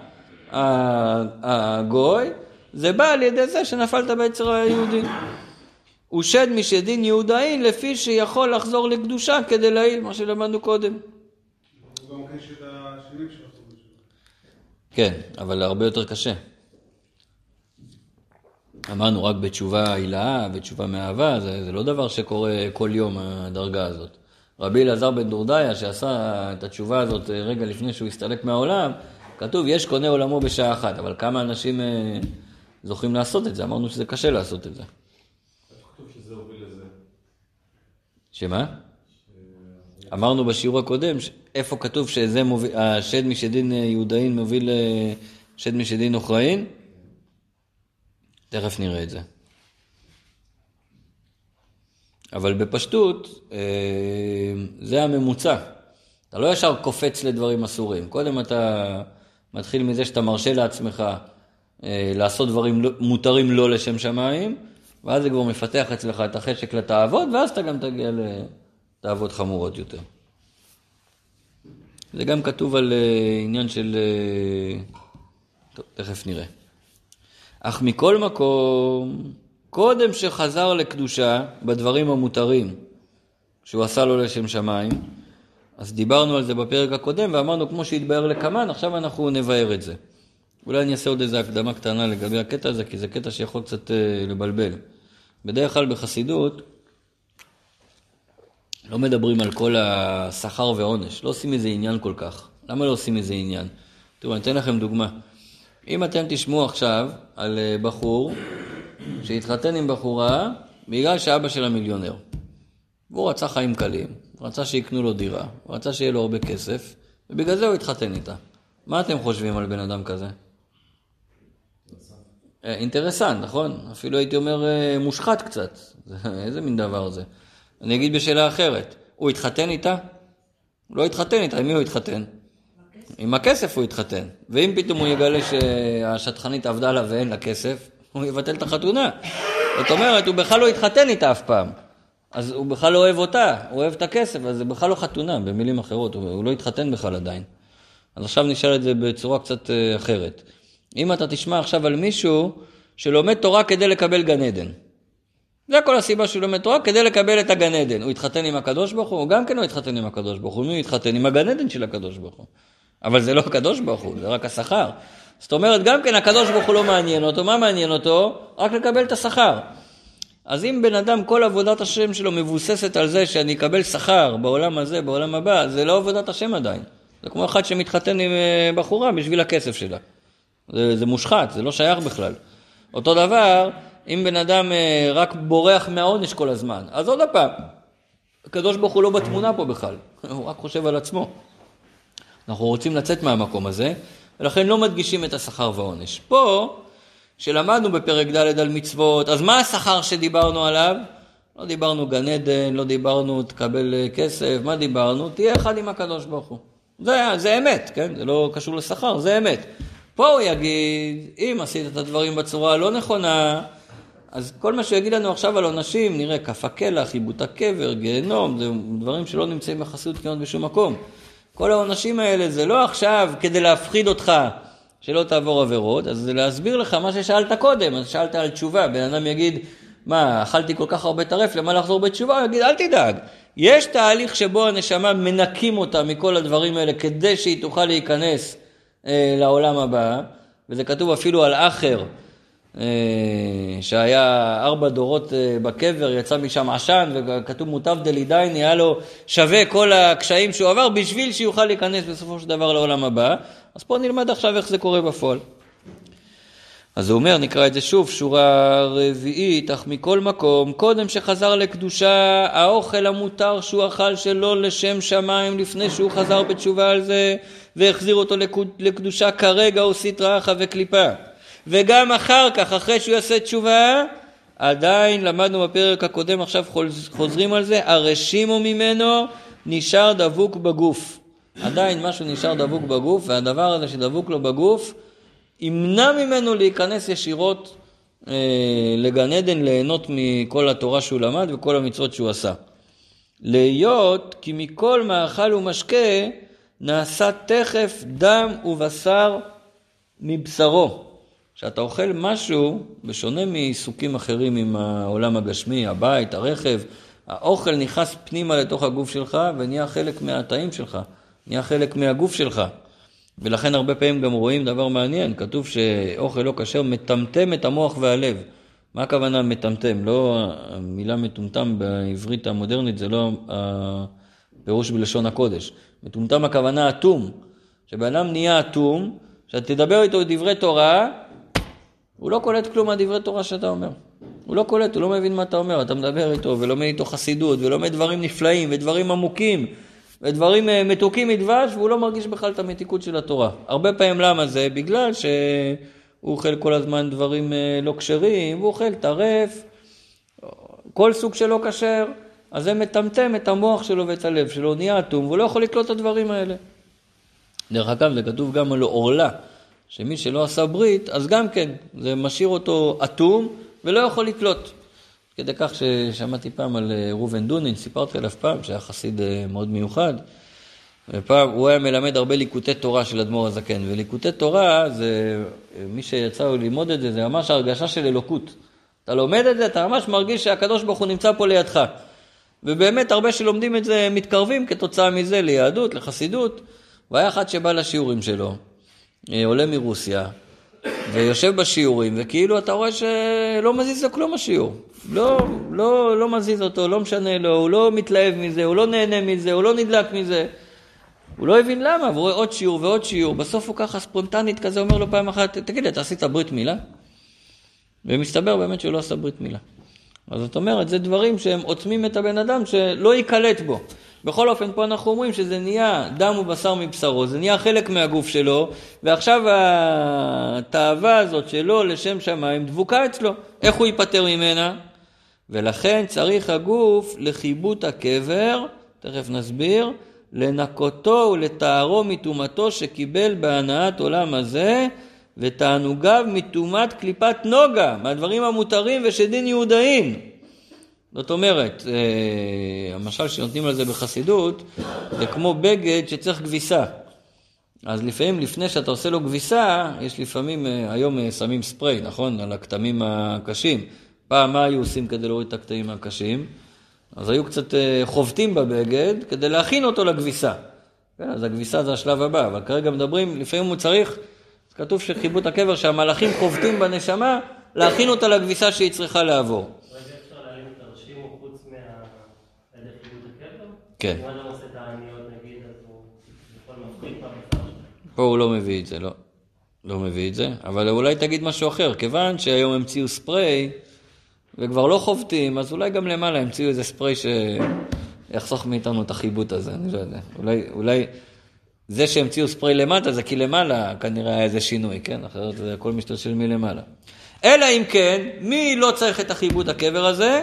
[SPEAKER 1] הגוי, זה בא על ידי זה שנפלת ביצר היהודי. הוא שד משדין יהודאין לפי שיכול לחזור לקדושה כדי להעיל, מה שלמדנו קודם.
[SPEAKER 3] הוא גם קשת השנים שלך.
[SPEAKER 1] כן, אבל הרבה יותר קשה. אמרנו רק בתשובה הילאה, בתשובה מאהבה, זה לא דבר שקורה כל יום הדרגה הזאת. רבי אלעזר בן דורדיה שעשה את התשובה הזאת רגע לפני שהוא הסתלק מהעולם, כתוב יש קונה עולמו בשעה אחת, אבל כמה אנשים זוכים לעשות את זה? אמרנו שזה קשה לעשות את זה.
[SPEAKER 3] כתוב שזה הוביל לזה.
[SPEAKER 1] שמה? אמרנו בשיעור הקודם, איפה כתוב שזה מוביל, השד משדין יהודאין מוביל לשד משדין נוכראין? תכף נראה את זה. אבל בפשטות, זה הממוצע. אתה לא ישר קופץ לדברים אסורים. קודם אתה מתחיל מזה שאתה מרשה לעצמך לעשות דברים מותרים לא לשם שמיים, ואז זה כבר מפתח אצלך את החשק לתאוות, ואז אתה גם תגיע לתאוות חמורות יותר. זה גם כתוב על עניין של... טוב, תכף נראה. אך מכל מקום, קודם שחזר לקדושה בדברים המותרים, שהוא עשה לו לשם שמיים, אז דיברנו על זה בפרק הקודם, ואמרנו כמו שהתבאר לקמן, עכשיו אנחנו נבאר את זה. אולי אני אעשה עוד איזו הקדמה קטנה לגבי הקטע הזה, כי זה קטע שיכול קצת לבלבל. בדרך כלל בחסידות, לא מדברים על כל השכר ועונש, לא עושים איזה עניין כל כך. למה לא עושים איזה עניין? תראו, אני אתן לכם דוגמה. אם אתם תשמעו עכשיו על בחור שהתחתן עם בחורה בגלל שאבא שלה מיליונר. והוא רצה חיים קלים, רצה שיקנו לו דירה, הוא רצה שיהיה לו הרבה כסף, ובגלל זה הוא התחתן איתה. מה אתם חושבים על בן אדם כזה? אינטרסנט, נכון? אפילו הייתי אומר מושחת קצת. איזה מין דבר זה? אני אגיד בשאלה אחרת. הוא התחתן איתה? הוא לא התחתן איתה, עם מי הוא התחתן? עם הכסף הוא התחתן. ואם פתאום הוא יגלה שהשטחנית עבדה לה ואין לה כסף, הוא יבטל את החתונה. זאת אומרת, הוא בכלל לא התחתן איתה אף פעם. אז הוא בכלל לא אוהב אותה, הוא אוהב את הכסף, אז זה בכלל לא חתונה, במילים אחרות, הוא לא התחתן בכלל עדיין. אז עכשיו נשאל את זה בצורה קצת אחרת. אם אתה תשמע עכשיו על מישהו שלומד תורה כדי לקבל גן עדן. זה כל הסיבה שהוא לומד תורה כדי לקבל את הגן עדן. הוא התחתן עם הקדוש ברוך הוא, הוא גם כן לא התחתן עם הקדוש ברוך הוא, הוא התחתן עם הגן עדן של הקדוש ברוך הוא. אבל זה לא הקדוש ברוך הוא, זה רק השכר. זאת אומרת, גם כן הקדוש ברוך הוא לא מעניין אותו, מה מעניין אותו? רק לקבל את השכר. אז אם בן אדם כל עבודת השם שלו מבוססת על זה שאני אקבל שכר בעולם הזה, בעולם הבא, זה לא עבודת השם עדיין. זה כמו אחד שמתחתן עם בחורה בשביל הכסף שלה. זה מושחת, זה לא שייך בכלל. אותו דבר, אם בן אדם רק בורח מהעונש כל הזמן, אז עוד הפעם, הקדוש ברוך הוא לא בתמונה פה בכלל, הוא רק חושב על עצמו. אנחנו רוצים לצאת מהמקום הזה, ולכן לא מדגישים את השכר והעונש. פה שלמדנו בפרק ד' על מצוות, אז מה השכר שדיברנו עליו? לא דיברנו גן עדן, לא דיברנו תקבל כסף, מה דיברנו? תהיה אחד עם הקדוש ברוך הוא. זה אמת, כן? זה לא קשור לשכר, זה אמת. פה הוא יגיד, אם עשית את הדברים בצורה לא נכונה, אז כל מה שהוא יגיד לנו עכשיו על עונשים, נראה כף הקלח, עיבוד הקבר, גיהנום, זה דברים שלא נמצאים בחסידות כמעט בשום מקום. כל העונשים האלה זה לא עכשיו כדי להפחיד אותך שלא תעבור עבירות, אז זה להסביר לך מה ששאלת קודם, אז שאלת על תשובה, בן אדם יגיד, מה, אכלתי כל כך הרבה טרף, למה לחזור בתשובה? הוא יגיד, אל תדאג. יש תהליך שבו הנשמה מנקים אותה מכל הדברים האלה, כדי שהיא תוכל להיכנס לעולם הבא, וזה כתוב אפילו על אחר, שהיה 4 דורות בקבר, יצא משם עשן, וכתוב מוטב דלידיין, היה לו שווה כל הקשיים שהוא עבר, בשביל שיוכל להיכנס בסופו של דבר לעולם הבא. אז פה נלמד עכשיו איך זה קורה בפועל. אז הוא אומר, נקרא את זה שוב, שורה רביעית, אך מכל מקום, קודם שחזר לקדושה, האוכל המותר שהוא אכל שלא לשם שמיים, לפני שהוא חזר בתשובה על זה, והחזיר אותו לקדושה כרגע הוא סטרא אחא וקליפה. וגם אחר כך, אחרי שהוא יעשה תשובה, עדיין למדנו בפרק הקודם, עכשיו חוזרים על זה, הרשימו ממנו נשאר דבוק בגוף. עדיין משהו נשאר דבוק בגוף, והדבר הזה שדבוק לו בגוף, ימנע ממנו להיכנס ישירות לגן עדן, ליהנות מכל התורה שהוא למד וכל המצוות שהוא עשה. להיות כי מכל מאכל ומשקה נעשה תכף דם ובשר מבשרו. כשאתה אוכל משהו, בשונה מעיסוקים אחרים עם העולם הגשמי, הבית, הרכב, האוכל נכנס פנימה לתוך הגוף שלך ונהיה חלק מהתאים שלך, נהיה חלק מהגוף שלך. ולכן הרבה פעמים גם רואים דבר מעניין, כתוב שאוכל לא כשר מטמטם את המוח והלב. מה הכוונה מטמטם? לא המילה מטומטם בעברית המודרנית, זה לא הפירוש בלשון הקודש. מטומטם הכוונה אטום, שבאדם נהיה אטום, שאתה תדבר איתו דברי תורה, הוא לא קולט כלום מהדברי תורה שאתה אומר. הוא לא קולט, הוא לא מבין מה אתה אומר. אתה מדבר איתו ולומד איתו חסידות, ולומד דברים נפלאים ודברים עמוקים, ודברים מתוקים מדבש, והוא לא מרגיש בכלל את המתיקות של התורה. הרבה פעמים למה זה? בגלל שהוא אוכל כל הזמן דברים לא כשרים, והוא אוכל טרף, כל סוג שלא כשר, אז זה מטמטם את המוח שלו ואת הלב שלו, נהיה אטום, והוא לא יכול לקלוט את הדברים האלה. דרך אגב, זה כתוב גם על עורלה, שמי שלא עשה ברית, אז גם כן, זה משאיר אותו אטום, ולא יכול לקלוט. כדי כך ששמעתי פעם על רובן דונין, סיפרתי עליו פעם, שהיה חסיד מאוד מיוחד, ופעם הוא היה מלמד הרבה ליקוטי תורה של אדמו"ר הזקן, וליקוטי תורה, זה, מי שיצא ללמוד את זה, זה ממש הרגשה של אלוקות. אתה לומד את זה, אתה ממש מרגיש שהקדוש ברוך הוא נמצא פה לידך. ובאמת הרבה שלומדים את זה מתקרבים כתוצאה מזה ליהדות, לחסידות, והיה אחד שבא לשיעורים שלו, עולה מרוסיה, ויושב בשיעורים, וכאילו אתה רואה שלא מזיז לו כלום השיעור. לא מזיז אותו, לא משנה לו, הוא לא מתלהב מזה, הוא לא נהנה מזה, הוא לא נדלק מזה. הוא לא הבין למה, והוא רואה עוד שיעור ועוד שיעור. בסוף הוא ככה ספונטנית כזה אומר לו פעם אחת, תגיד לי, אתה עשית ברית מילה? ומסתבר באמת שהוא לא עשה ברית מילה. אז זאת אומרת, זה דברים שהם עוצמים את הבן אדם שלא יקלט בו. בכל אופן, פה אנחנו אומרים שזה נהיה דם ובשר מבשרו, זה נהיה חלק מהגוף שלו, ועכשיו התאווה הזאת שלו לשם שמיים דבוקה אצלו. איך הוא ייפטר ממנה? ולכן צריך הגוף לחיבוט הקבר, תכף נסביר, לנקותו ולתארו מטומאתו שקיבל בהנאת עולם הזה, ותענוגיו מטומאת קליפת נוגה, מהדברים המותרים ושדין יהודאים. זאת אומרת, המשל שנותנים על זה בחסידות, זה כמו בגד שצריך גביסה. אז לפני שאתה עושה לו גביסה, יש לפעמים, היום שמים ספרי, נכון? על הכתמים הקשים. פעם מה היו עושים כדי להוריד את הכתמים הקשים? אז היו קצת חובטים בבגד כדי להכין אותו לגביסה. אז הגביסה זה השלב הבא, אבל כרגע מדברים, לפעמים הוא צריך, כתוב שחיבוט הקבר שהמלאכים חובטים בנשמה, להכין אותה לגביסה שהיא צריכה לעבור. כן.
[SPEAKER 5] אם אדם עושה את העניות נגיד, אז הוא יכול מפחיד פעם.
[SPEAKER 1] פה הוא לא מביא את זה, לא מביא את זה, אבל אולי תגיד משהו אחר, כיוון שהיום המציאו ספרי, וכבר לא חובטים, אז אולי גם למעלה המציאו איזה ספרי שיחסוך מאיתנו את החיבוט הזה, אני לא יודע. אולי זה שהמציאו ספרי למטה, זה כי למעלה כנראה היה איזה שינוי, כן? אחרת זה הכל משתלשל מלמעלה. אלא אם כן, מי לא צריך את החיבוד הקבר הזה?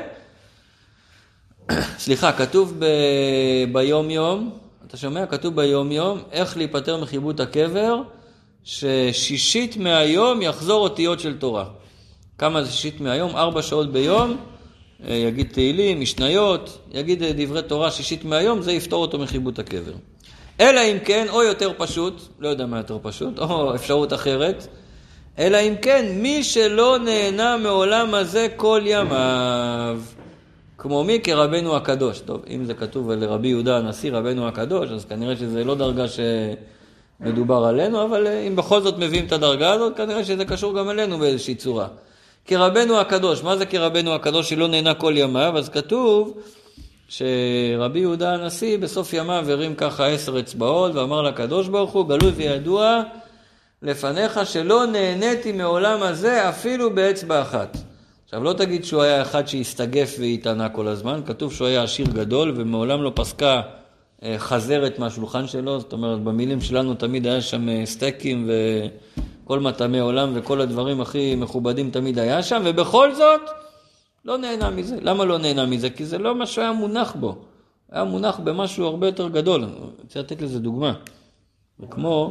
[SPEAKER 1] סליחה, כתוב ביום יום, אתה שומע? כתוב ביום יום, איך להיפטר מחיבוד הקבר, ששישית מהיום יחזור אותיות של תורה. כמה זה שישית מהיום? 4 שעות ביום, יגיד תהילים, משניות, יגיד דברי תורה שישית מהיום, זה יפתור אותו מחיבוד הקבר. אלא אם כן, או יותר פשוט, לא יודע מה יותר פשוט, או אפשרות אחרת, אלא אם כן, מי שלא נהנה מעולם הזה כל ימיו. כמו מי? כרבנו הקדוש. טוב, אם זה כתוב על רבי יהודה הנשיא, רבנו הקדוש, אז כנראה שזה לא דרגה שמדובר עלינו, אבל אם בכל זאת מביאים את הדרגה הזאת, כנראה שזה קשור גם עלינו באיזושהי צורה. כרבנו הקדוש, מה זה כרבנו הקדוש שלא נהנה כל ימיו? אז כתוב שרבי יהודה הנשיא בסוף ימיו הרים ככה 10 אצבעות ואמר לקדוש ברוך הוא, גלוי וידוע לפניך שלא נהניתי מעולם הזה אפילו באצבע אחת. עכשיו לא תגיד שהוא היה אחד שהסתגף והתענה כל הזמן, כתוב שהוא היה עשיר גדול ומעולם לא פסקה חזרת מהשולחן שלו, זאת אומרת במילים שלנו תמיד היה שם סטייקים וכל מטעמי עולם וכל הדברים הכי מכובדים תמיד היה שם, ובכל זאת לא נהנה מזה. למה לא נהנה מזה? כי זה לא מה שהיה מונח בו, היה מונח במשהו הרבה יותר גדול. אני רוצה לתת לזה דוגמה. וכמו...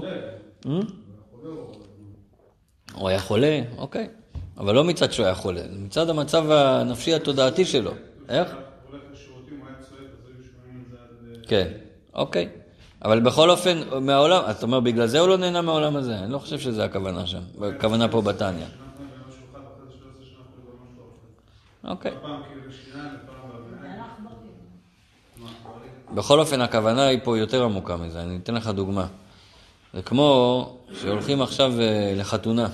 [SPEAKER 1] הוא היה חולה, אוקיי. אבל לא מצד שהוא היה חולה, מצד המצב הנפשי התודעתי שלו. איך?
[SPEAKER 3] הולך לשירותים, הוא היה צועק, אז היו שומעים את זה עד...
[SPEAKER 1] כן, אוקיי. אבל בכל אופן, מהעולם, זאת אומרת, בגלל זה הוא לא נהנה מהעולם הזה. אני לא חושב שזה הכוונה שם, הכוונה פה בתניא. אוקיי. בכל אופן, הכוונה היא פה יותר עמוקה מזה. אני אתן לך דוגמה. זה כמו שהולכים עכשיו לחתונה.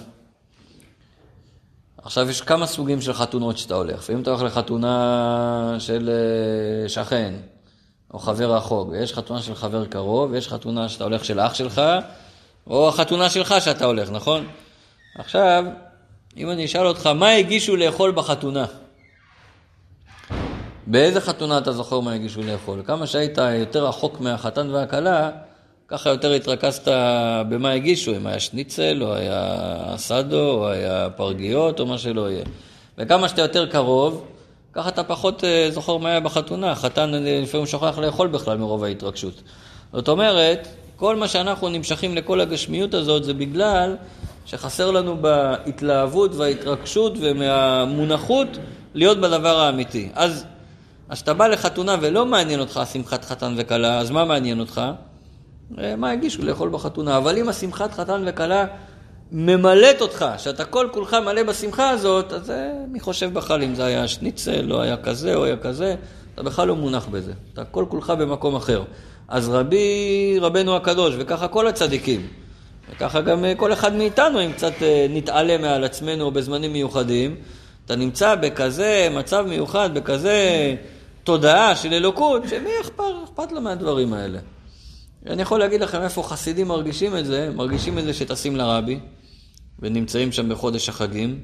[SPEAKER 1] עכשיו יש כמה סוגים של חתונות שאתה הולך. ואם אתה הולך לחתונה של שכן, או חבר רחוק, ויש חתונה של חבר קרוב, ויש חתונה שאתה הולך של אח שלך, או החתונה שלך שאתה הולך, נכון? עכשיו, אם אני אשאל אותך, מה הגישו לאכול בחתונה? באיזה חתונה אתה זוכר מה הגישו לאכול? כמה שהיית יותר רחוק מהחתן והכלה, ככה יותר התרכזת במה הגישו, אם היה שניצל, או היה סדו, או היה פרגיות, או מה שלא יהיה. וכמה שאתה יותר קרוב, ככה אתה פחות זוכר מה היה בחתונה. החתן לפעמים שוכח לאכול בכלל מרוב ההתרגשות. זאת אומרת, כל מה שאנחנו נמשכים לכל הגשמיות הזאת, זה בגלל שחסר לנו בהתלהבות וההתרגשות ומהמונחות להיות בדבר האמיתי. אז שאתה בא לחתונה ולא מעניין אותך שמחת חתן וכלה, אז מה מעניין אותך? מה הגישו לאכול בחתונה? אבל אם השמחת חתן וכלה ממלאת אותך, שאתה כל כולך מלא בשמחה הזאת, אז מי חושב בכלל אם זה היה שניצל, לא היה כזה או היה כזה, אתה בכלל לא מונח בזה. אתה כל כולך במקום אחר. אז רבנו הקדוש, וככה כל הצדיקים, וככה גם כל אחד מאיתנו, אם קצת נתעלה מעל עצמנו בזמנים מיוחדים, אתה נמצא בכזה מצב מיוחד, בכזה תודעה של אלוקות, שמי אכפת לו מהדברים האלה. אני יכול להגיד לכם איפה חסידים מרגישים את זה שטסים לרבי, ונמצאים שם בחודש החגים,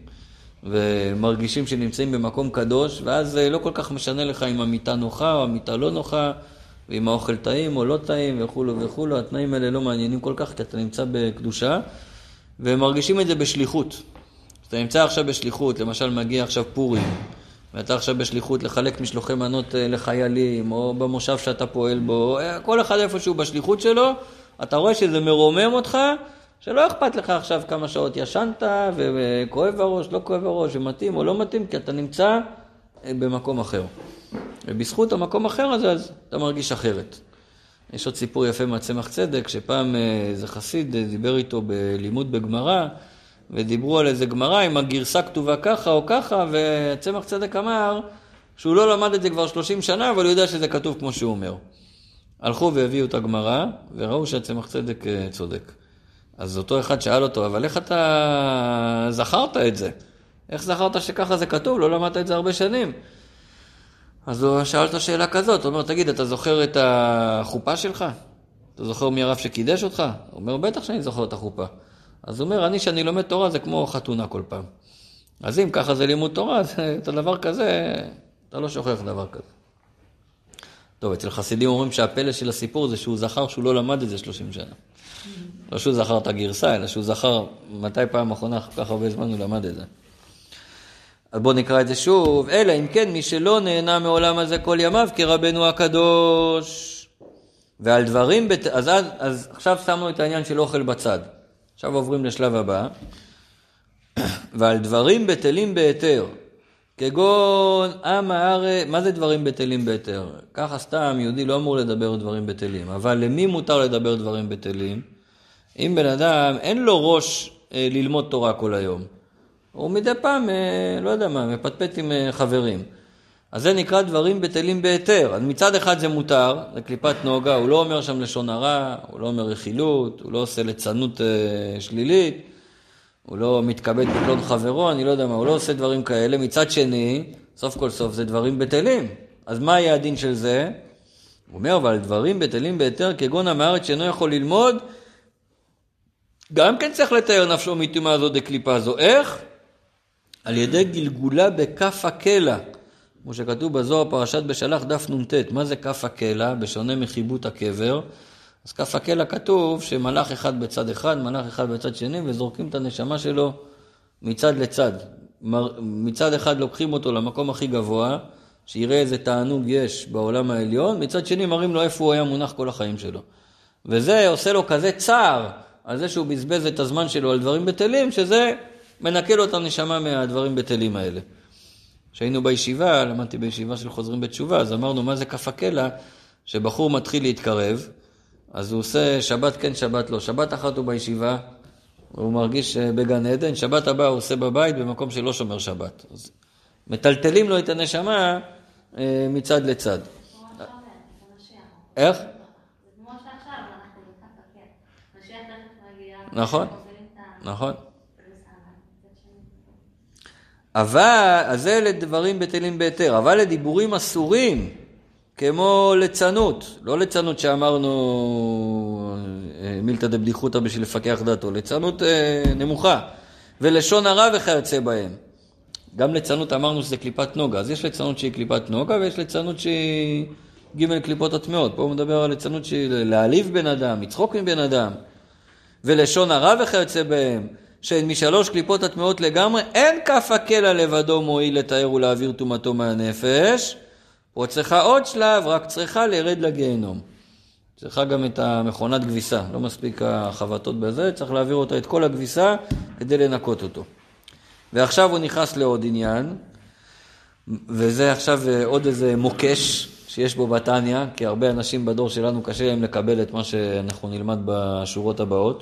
[SPEAKER 1] ומרגישים שנמצאים במקום קדוש, ואז לא כל כך משנה לך אם המיטה נוחה או המיטה לא נוחה, ואם האוכל טעים או לא טעים וכולו וכולו, התנאים האלה לא מעניינים כל כך, כי אתה נמצא בקדושה, ומרגישים את זה בשליחות. אתה נמצא עכשיו בשליחות, למשל מגיע עכשיו פורים, ואתה עכשיו בשליחות לחלק משלוחי מנות לחיילים, או במושב שאתה פועל בו, כל אחד איפשהו בשליחות שלו, אתה רואה שזה מרומם אותך, שלא אכפת לך עכשיו כמה שעות ישנת, וכואב הראש, לא כואב הראש, ומתאים או לא מתאים, כי אתה נמצא במקום אחר. ובזכות המקום אחר הזה, אז אתה מרגיש אחרת. יש עוד סיפור יפה מהצמח צדק, שפעם איזה חסיד דיבר איתו בלימוד בגמרא, ודיברו על איזה גמרא עם הגרסה כתובה ככה או ככה, והצמח צדק אמר שהוא לא למד את זה כבר 30 שנה, אבל הוא יודע שזה כתוב כמו שהוא אומר. הלכו והביאו את הגמרא, וראו שהצמח צדק צודק. אז אותו אחד שאל אותו, אבל איך אתה זכרת את זה? איך זכרת שככה זה כתוב? לא למדת את זה הרבה שנים. אז הוא שאל את שאלה כזאת, הוא אומר, תגיד, אתה זוכר את החופה שלך? אתה זוכר מי הרב שקידש אותך? הוא אומר, בטח שאני זוכר את החופה. אז הוא אומר, שאני לומד תורה זה כמו חתונה כל פעם. אז אם ככה זה לימוד תורה, אז את הדבר כזה, אתה לא שוכח דבר כזה. טוב, אצל חסידים אומרים שהפלא של הסיפור זה שהוא זכר שהוא לא למד את זה 30 שנה. לא שהוא זכר את הגרסה, אלא שהוא זכר מתי פעם אחרונה כך הרבה זמן הוא למד את זה. אז בואו נקרא את זה שוב. אלא אם כן מי שלא נהנה מעולם הזה כל ימיו כרבנו הקדוש. ועל דברים, אז עכשיו שמנו את העניין של אוכל בצד. עכשיו עוברים לשלב הבא. ועל דברים בטלים בהיתר. כגון עם הארץ, מה זה דברים בטלים בהיתר? ככה סתם יהודי לא אמור לדבר דברים בטלים. אבל למי מותר לדבר דברים בטלים? אם בן אדם אין לו ראש ללמוד תורה כל היום. הוא מדי פעם, לא יודע מה, מפטפט עם חברים. אז זה נקרא דברים בטלים בהיתר. אז מצד אחד זה מותר, זה קליפת נוגה, הוא לא אומר שם לשון הרע, הוא לא אומר רכילות, הוא לא עושה ליצנות שלילית, הוא לא מתכבד בקלון חברו, אני לא יודע מה, הוא לא עושה דברים כאלה. מצד שני, סוף כל סוף זה דברים בטלים. אז מה יהיה הדין של זה? הוא אומר, אבל דברים בטלים בהיתר, כגון עם הארץ שאינו יכול ללמוד, גם כן צריך לתאר נפשו מטומאה הזו דקליפה זו. איך? על ידי גלגולה בכף הקלע. כמו שכתוב בזוהר פרשת בשלח דף נ"ט. מה זה כף הקלע? בשונה מחיבוט הקבר. אז כף הקלע כתוב שמלאך אחד בצד אחד, מלאך אחד בצד שני, וזורקים את הנשמה שלו מצד לצד. מצד אחד לוקחים אותו למקום הכי גבוה, שיראה איזה תענוג יש בעולם העליון, מצד שני מראים לו איפה הוא היה מונח כל החיים שלו. וזה עושה לו כזה צער על זה שהוא בזבז את הזמן שלו על דברים בטלים, שזה מנקה לו את הנשמה מהדברים בטלים האלה. כשהיינו בישיבה, למדתי בישיבה של חוזרים בתשובה, אז אמרנו מה זה כף הקלע, שבחור מתחיל להתקרב, אז הוא עושה שבת כן שבת לא, שבת אחת הוא בישיבה, הוא מרגיש בגן עדן, שבת הבא הוא עושה בבית במקום שלא שומר שבת. אז מטלטלים לו את הנשמה מצד לצד. איך? נכון, נכון. אבל, אז זה לדברים בטלים בהיתר, אבל לדיבורים אסורים, כמו ליצנות, לא ליצנות שאמרנו מילתא דבדיחותא בשביל לפקח דעתו, ליצנות נמוכה, ולשון הרע וכיוצא בהם. גם ליצנות אמרנו שזה קליפת נוגה, אז יש ליצנות שהיא קליפת נוגה, ויש ליצנות שהיא ג' קליפות הטמעות. פה הוא מדבר על ליצנות שהיא להעליב בן אדם, לצחוק מבן אדם, ולשון הרע וכיוצא בהם. שמשלוש קליפות הטמעות לגמרי, אין כף הקלע לבדו מועיל לתאר ולהעביר טומאתו מהנפש, או צריכה עוד שלב, רק צריכה לרד לגיהנום. צריכה גם את המכונת גביסה, לא מספיק החבטות בזה, צריך להעביר אותה את כל הגביסה כדי לנקות אותו. ועכשיו הוא נכנס לעוד עניין, וזה עכשיו עוד איזה מוקש שיש בו בתניא, כי הרבה אנשים בדור שלנו קשה להם לקבל את מה שאנחנו נלמד בשורות הבאות.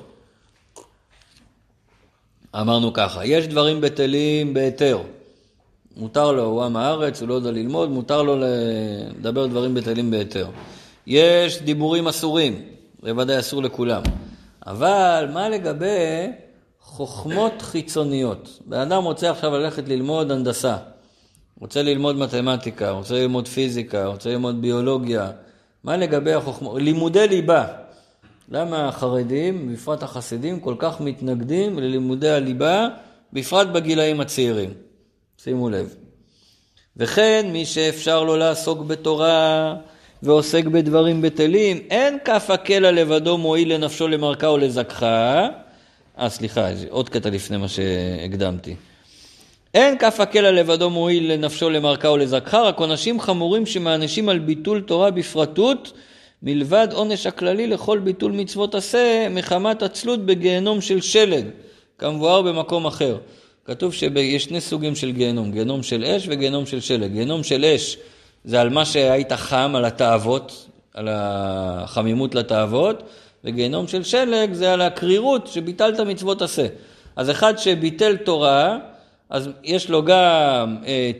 [SPEAKER 1] אמרנו ככה, יש דברים בטלים בהיתר. מותר לו, הוא עם הארץ, הוא לא יודע ללמוד, מותר לו לדבר דברים בטלים בהיתר. יש דיבורים אסורים, זה ודאי אסור לכולם. אבל מה לגבי חוכמות חיצוניות? באדם רוצה עכשיו ללכת ללמוד הנדסה, רוצה ללמוד מתמטיקה, רוצה ללמוד פיזיקה, רוצה ללמוד ביולוגיה. מה לגבי החוכמות? לימודי ליבה. למה החרדים, בפרט החסידים, כל כך מתנגדים ללימודי הליבה, בפרט בגילאים הצעירים? שימו לב. וכן, מי שאפשר לו לעסוק בתורה ועוסק בדברים בטלים, אין כף הקלע לבדו מועיל לנפשו למרכה או לזכחה. סליחה, עוד קטע לפני מה שהקדמתי. אין כף הקלע לבדו מועיל לנפשו למרכה או לזכחה, רק עונשים חמורים שמענשים על ביטול תורה בפרטות, מלבד עונש הכללי לכל ביטול מצוות עשה, מחמת עצלות בגיהנום של שלג, כמבואר במקום אחר. כתוב שיש שני סוגים של גיהנום, גיהנום של אש וגיהנום של שלג. גיהנום של אש זה על מה שהיית חם, על התאוות, על החמימות לתאוות, וגיהנום של שלג זה על הקרירות שביטלת מצוות עשה. אז אחד שביטל תורה, אז יש לו גם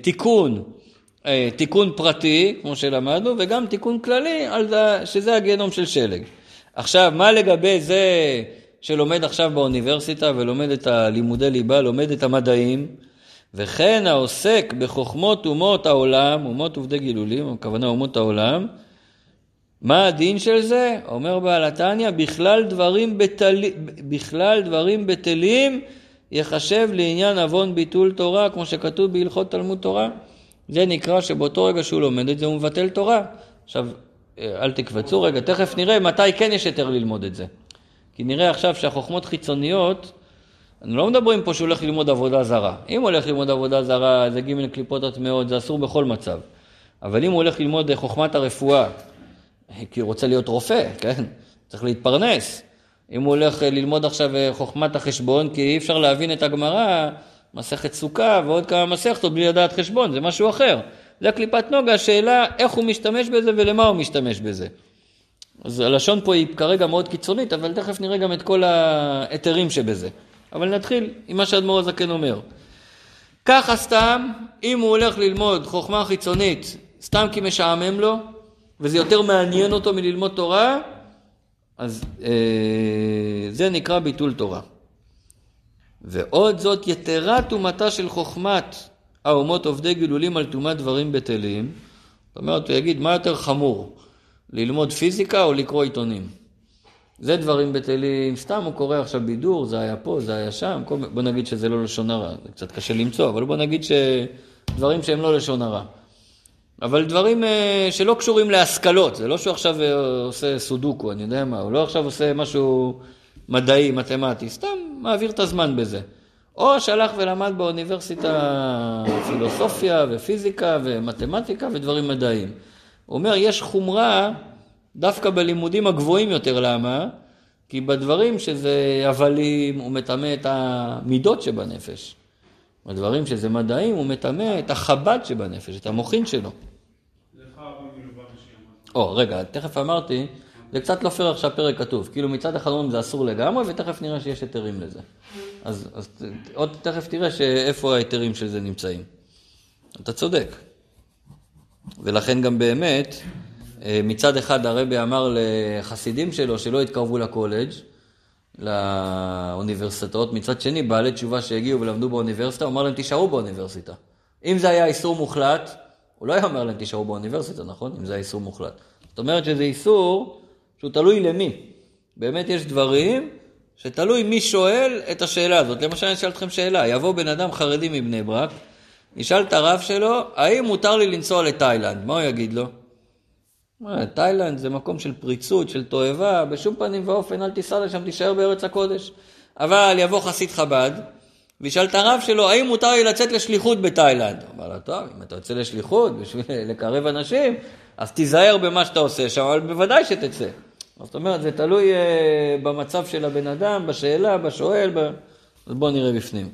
[SPEAKER 1] תיקון פרטי, כמו שלמדנו, וגם תיקון כללי, שזה הגיהנום של שלג. עכשיו, מה לגבי זה שלומד עכשיו באוניברסיטה ולומד את הלימודי ליבה, לומד את המדעים, וכן העוסק בחוכמות אומות העולם, אומות עובדי גילולים, הכוונה אומות העולם, מה הדין של זה? אומר בעל התניא, בכלל דברים בטלים יחשב לעניין אבון ביטול תורה, כמו שכתוב בהלכות תלמוד תורה. זה נקרא שבאותו רגע שהוא לומד את זה הוא מבטל תורה. עכשיו, אל תקבצו רגע, תכף נראה מתי כן יש יותר ללמוד את זה. כי נראה עכשיו שהחוכמות חיצוניות, אנחנו לא מדברים פה שהוא הולך ללמוד עבודה זרה. אם הוא הולך ללמוד עבודה זרה, זה ג' קליפות הטמאות, זה אסור בכל מצב. אבל אם הוא הולך ללמוד חוכמת הרפואה, כי הוא רוצה להיות רופא, כן? צריך להתפרנס. אם הוא הולך ללמוד עכשיו חוכמת החשבון, כי אי אפשר להבין את הגמרא, מסכת סוכה ועוד כמה מסכתות בלי לדעת חשבון, זה משהו אחר. זה קליפת נוגה, השאלה איך הוא משתמש בזה ולמה הוא משתמש בזה. אז הלשון פה היא כרגע מאוד קיצונית, אבל תכף נראה גם את כל היתרים שבזה. אבל נתחיל עם מה שאדמו"ר הזקן אומר. ככה סתם, אם הוא הולך ללמוד חוכמה חיצונית, סתם כי משעמם לו, וזה יותר מעניין אותו מללמוד תורה, אז זה נקרא ביטול תורה. ועוד זאת יתרה תומתה של חוכמת האומות עובדי גילולים על תומת דברים בטלים. זאת אומרת, הוא יגיד, מה יותר חמור? ללמוד פיזיקה או לקרוא עיתונים? זה דברים בטלים, סתם הוא קורא עכשיו בידור, זה היה פה, זה היה שם. בוא נגיד שזה לא לשון הרע, זה קצת קשה למצוא, אבל בוא נגיד שדברים שהם לא לשון הרע. אבל דברים שלא קשורים להשכלות, זה לא שהוא עכשיו עושה סודוקו, אני יודע מה, הוא לא עכשיו עושה משהו מדעי, מתמטי, סתם מעביר את הזמן בזה. או שהלך ולמד באוניברסיטה פילוסופיה ופיזיקה ומתמטיקה ודברים מדעיים. הוא אומר, יש חומרה דווקא בלימודים הגבוהים יותר, למה? כי בדברים שזה הבלים, הוא מטמא את המידות שבנפש. בדברים שזה מדעים, הוא מטמא את החב"ד שבנפש, את המוחין שלו. רגע, תכף אמרתי, זה קצת לא פייר עכשיו פרק כתוב, כאילו מצד אחד אומרים זה אסור לגמרי, ותכף נראה שיש היתרים לזה. אז עוד תכף תראה שאיפה ההיתרים של זה נמצאים. אתה צודק. ולכן גם באמת, מצד אחד הרבי אמר לחסידים שלו שלא התקרבו לקולג', לאוניברסיטאות, מצד שני בעלי תשובה שהגיעו ולמדו באוניברסיטה, הוא אמר להם תישארו באוניברסיטה. אם זה היה איסור מוחלט, הוא לא היה אומר להם תישארו באוניברסיטה, נכון? אם זה היה איסור מוחלט. זאת אומרת שזה איסור שהוא תלוי למי. באמת יש דברים שתלוי מי שואל את השאלה הזאת. למשל אני אשאל אתכם שאלה, יבוא בן אדם חרדי מבני ברק, ישאל את הרב שלו, האם מותר לי לנסוע לתאילנד? מה הוא יגיד לו? תאילנד זה מקום של פריצות, של תועבה, בשום פנים ואופן אל תיסע לשם, תישאר בארץ הקודש. אבל יבוא חסיד חב"ד, וישאל את הרב שלו, האם מותר לי לצאת לשליחות בתאילנד? הוא אומר לו, טוב, אם אתה יוצא לשליחות בשביל לקרב אנשים, אז תיזהר במה שאתה עושה שם, אבל בוודאי שתצא. זאת אומרת, זה תלוי במצב של הבן אדם, בשאלה, בשואל, אז בואו נראה בפנים.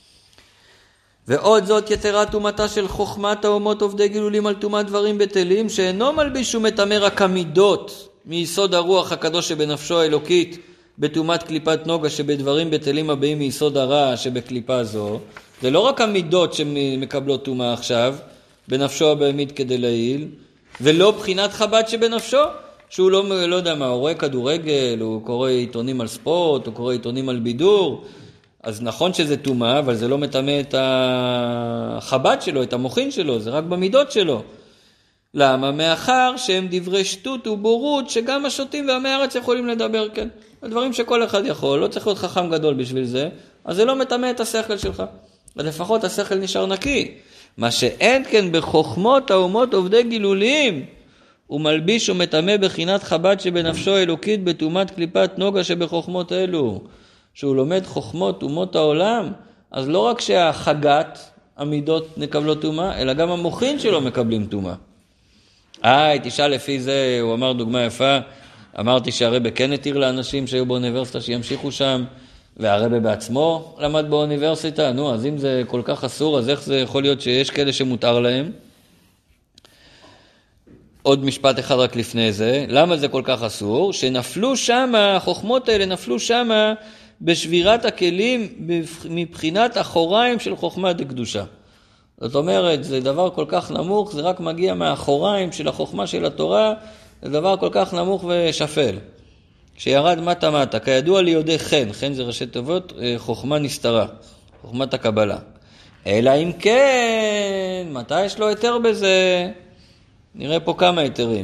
[SPEAKER 1] ועוד זאת יתרה תומתה של חוכמת האומות עובדי גילולים על תומת דברים בטלים, שאינו מלביש ומטמא רק המידות מיסוד הרוח הקדוש שבנפשו האלוקית, בתומת קליפת נוגה שבדברים בטלים הבאים מיסוד הרע שבקליפה זו. זה לא רק המידות שמקבלות תומה עכשיו, בנפשו הבהמית כדי להיל, ולא בחינת חב"ד שבנפשו, שהוא לא יודע מה, הוא רואה כדורגל, הוא קורא עיתונים על ספורט, הוא קורא עיתונים על בידור, אז נכון שזה תומה, אבל זה לא מטמא את החב"ד שלו, את המוחין שלו, זה רק במידות שלו. למה? מאחר שהם דברי שטות ובורות, שגם השוטים ועמי הארץ יכולים לדבר, כן. הדברים שכל אחד יכול, לא צריך להיות חכם גדול בשביל זה, אז זה לא מטמא את השכל שלך. אז לפחות השכל נשאר נקי. מה שאין כן בחוכמות האומות עובדי גילולים, הוא מלביש ומטמא בחינת חב"ד שבנפשו אלוקית בתומת קליפת נוגה שבחוכמות אלו. שהוא לומד חוכמות אומות העולם, אז לא רק שהחגת, המידות מקבלות תומה, אלא גם המוחין שלו מקבלים תומה. תשאל לפי זה, הוא אמר דוגמה יפה, אמרתי שהרבא כן התיר לאנשים שהיו באוניברסיטה שימשיכו שם, והרבא בעצמו למד באוניברסיטה, אז אם זה כל כך אסור, אז איך זה יכול להיות שיש כאלה שמותר להם? עוד משפט אחד רק לפני זה, למה זה כל כך אסור? שנפלו שם, החוכמות האלה נפלו שם, בשבירת הכלים מבחינת אחוריים של חוכמה דקדושה. זאת אומרת, זה דבר כל כך נמוך, זה רק מגיע מהאחוריים של החוכמה של התורה, זה דבר כל כך נמוך ושפל. שירד מטה, כידוע לי יודעי חן, חן זה ראשי תיבות, חוכמה נסתרה, חוכמת הקבלה. אלא אם כן, מתי יש לו היתר בזה? נראה פה כמה היתרים.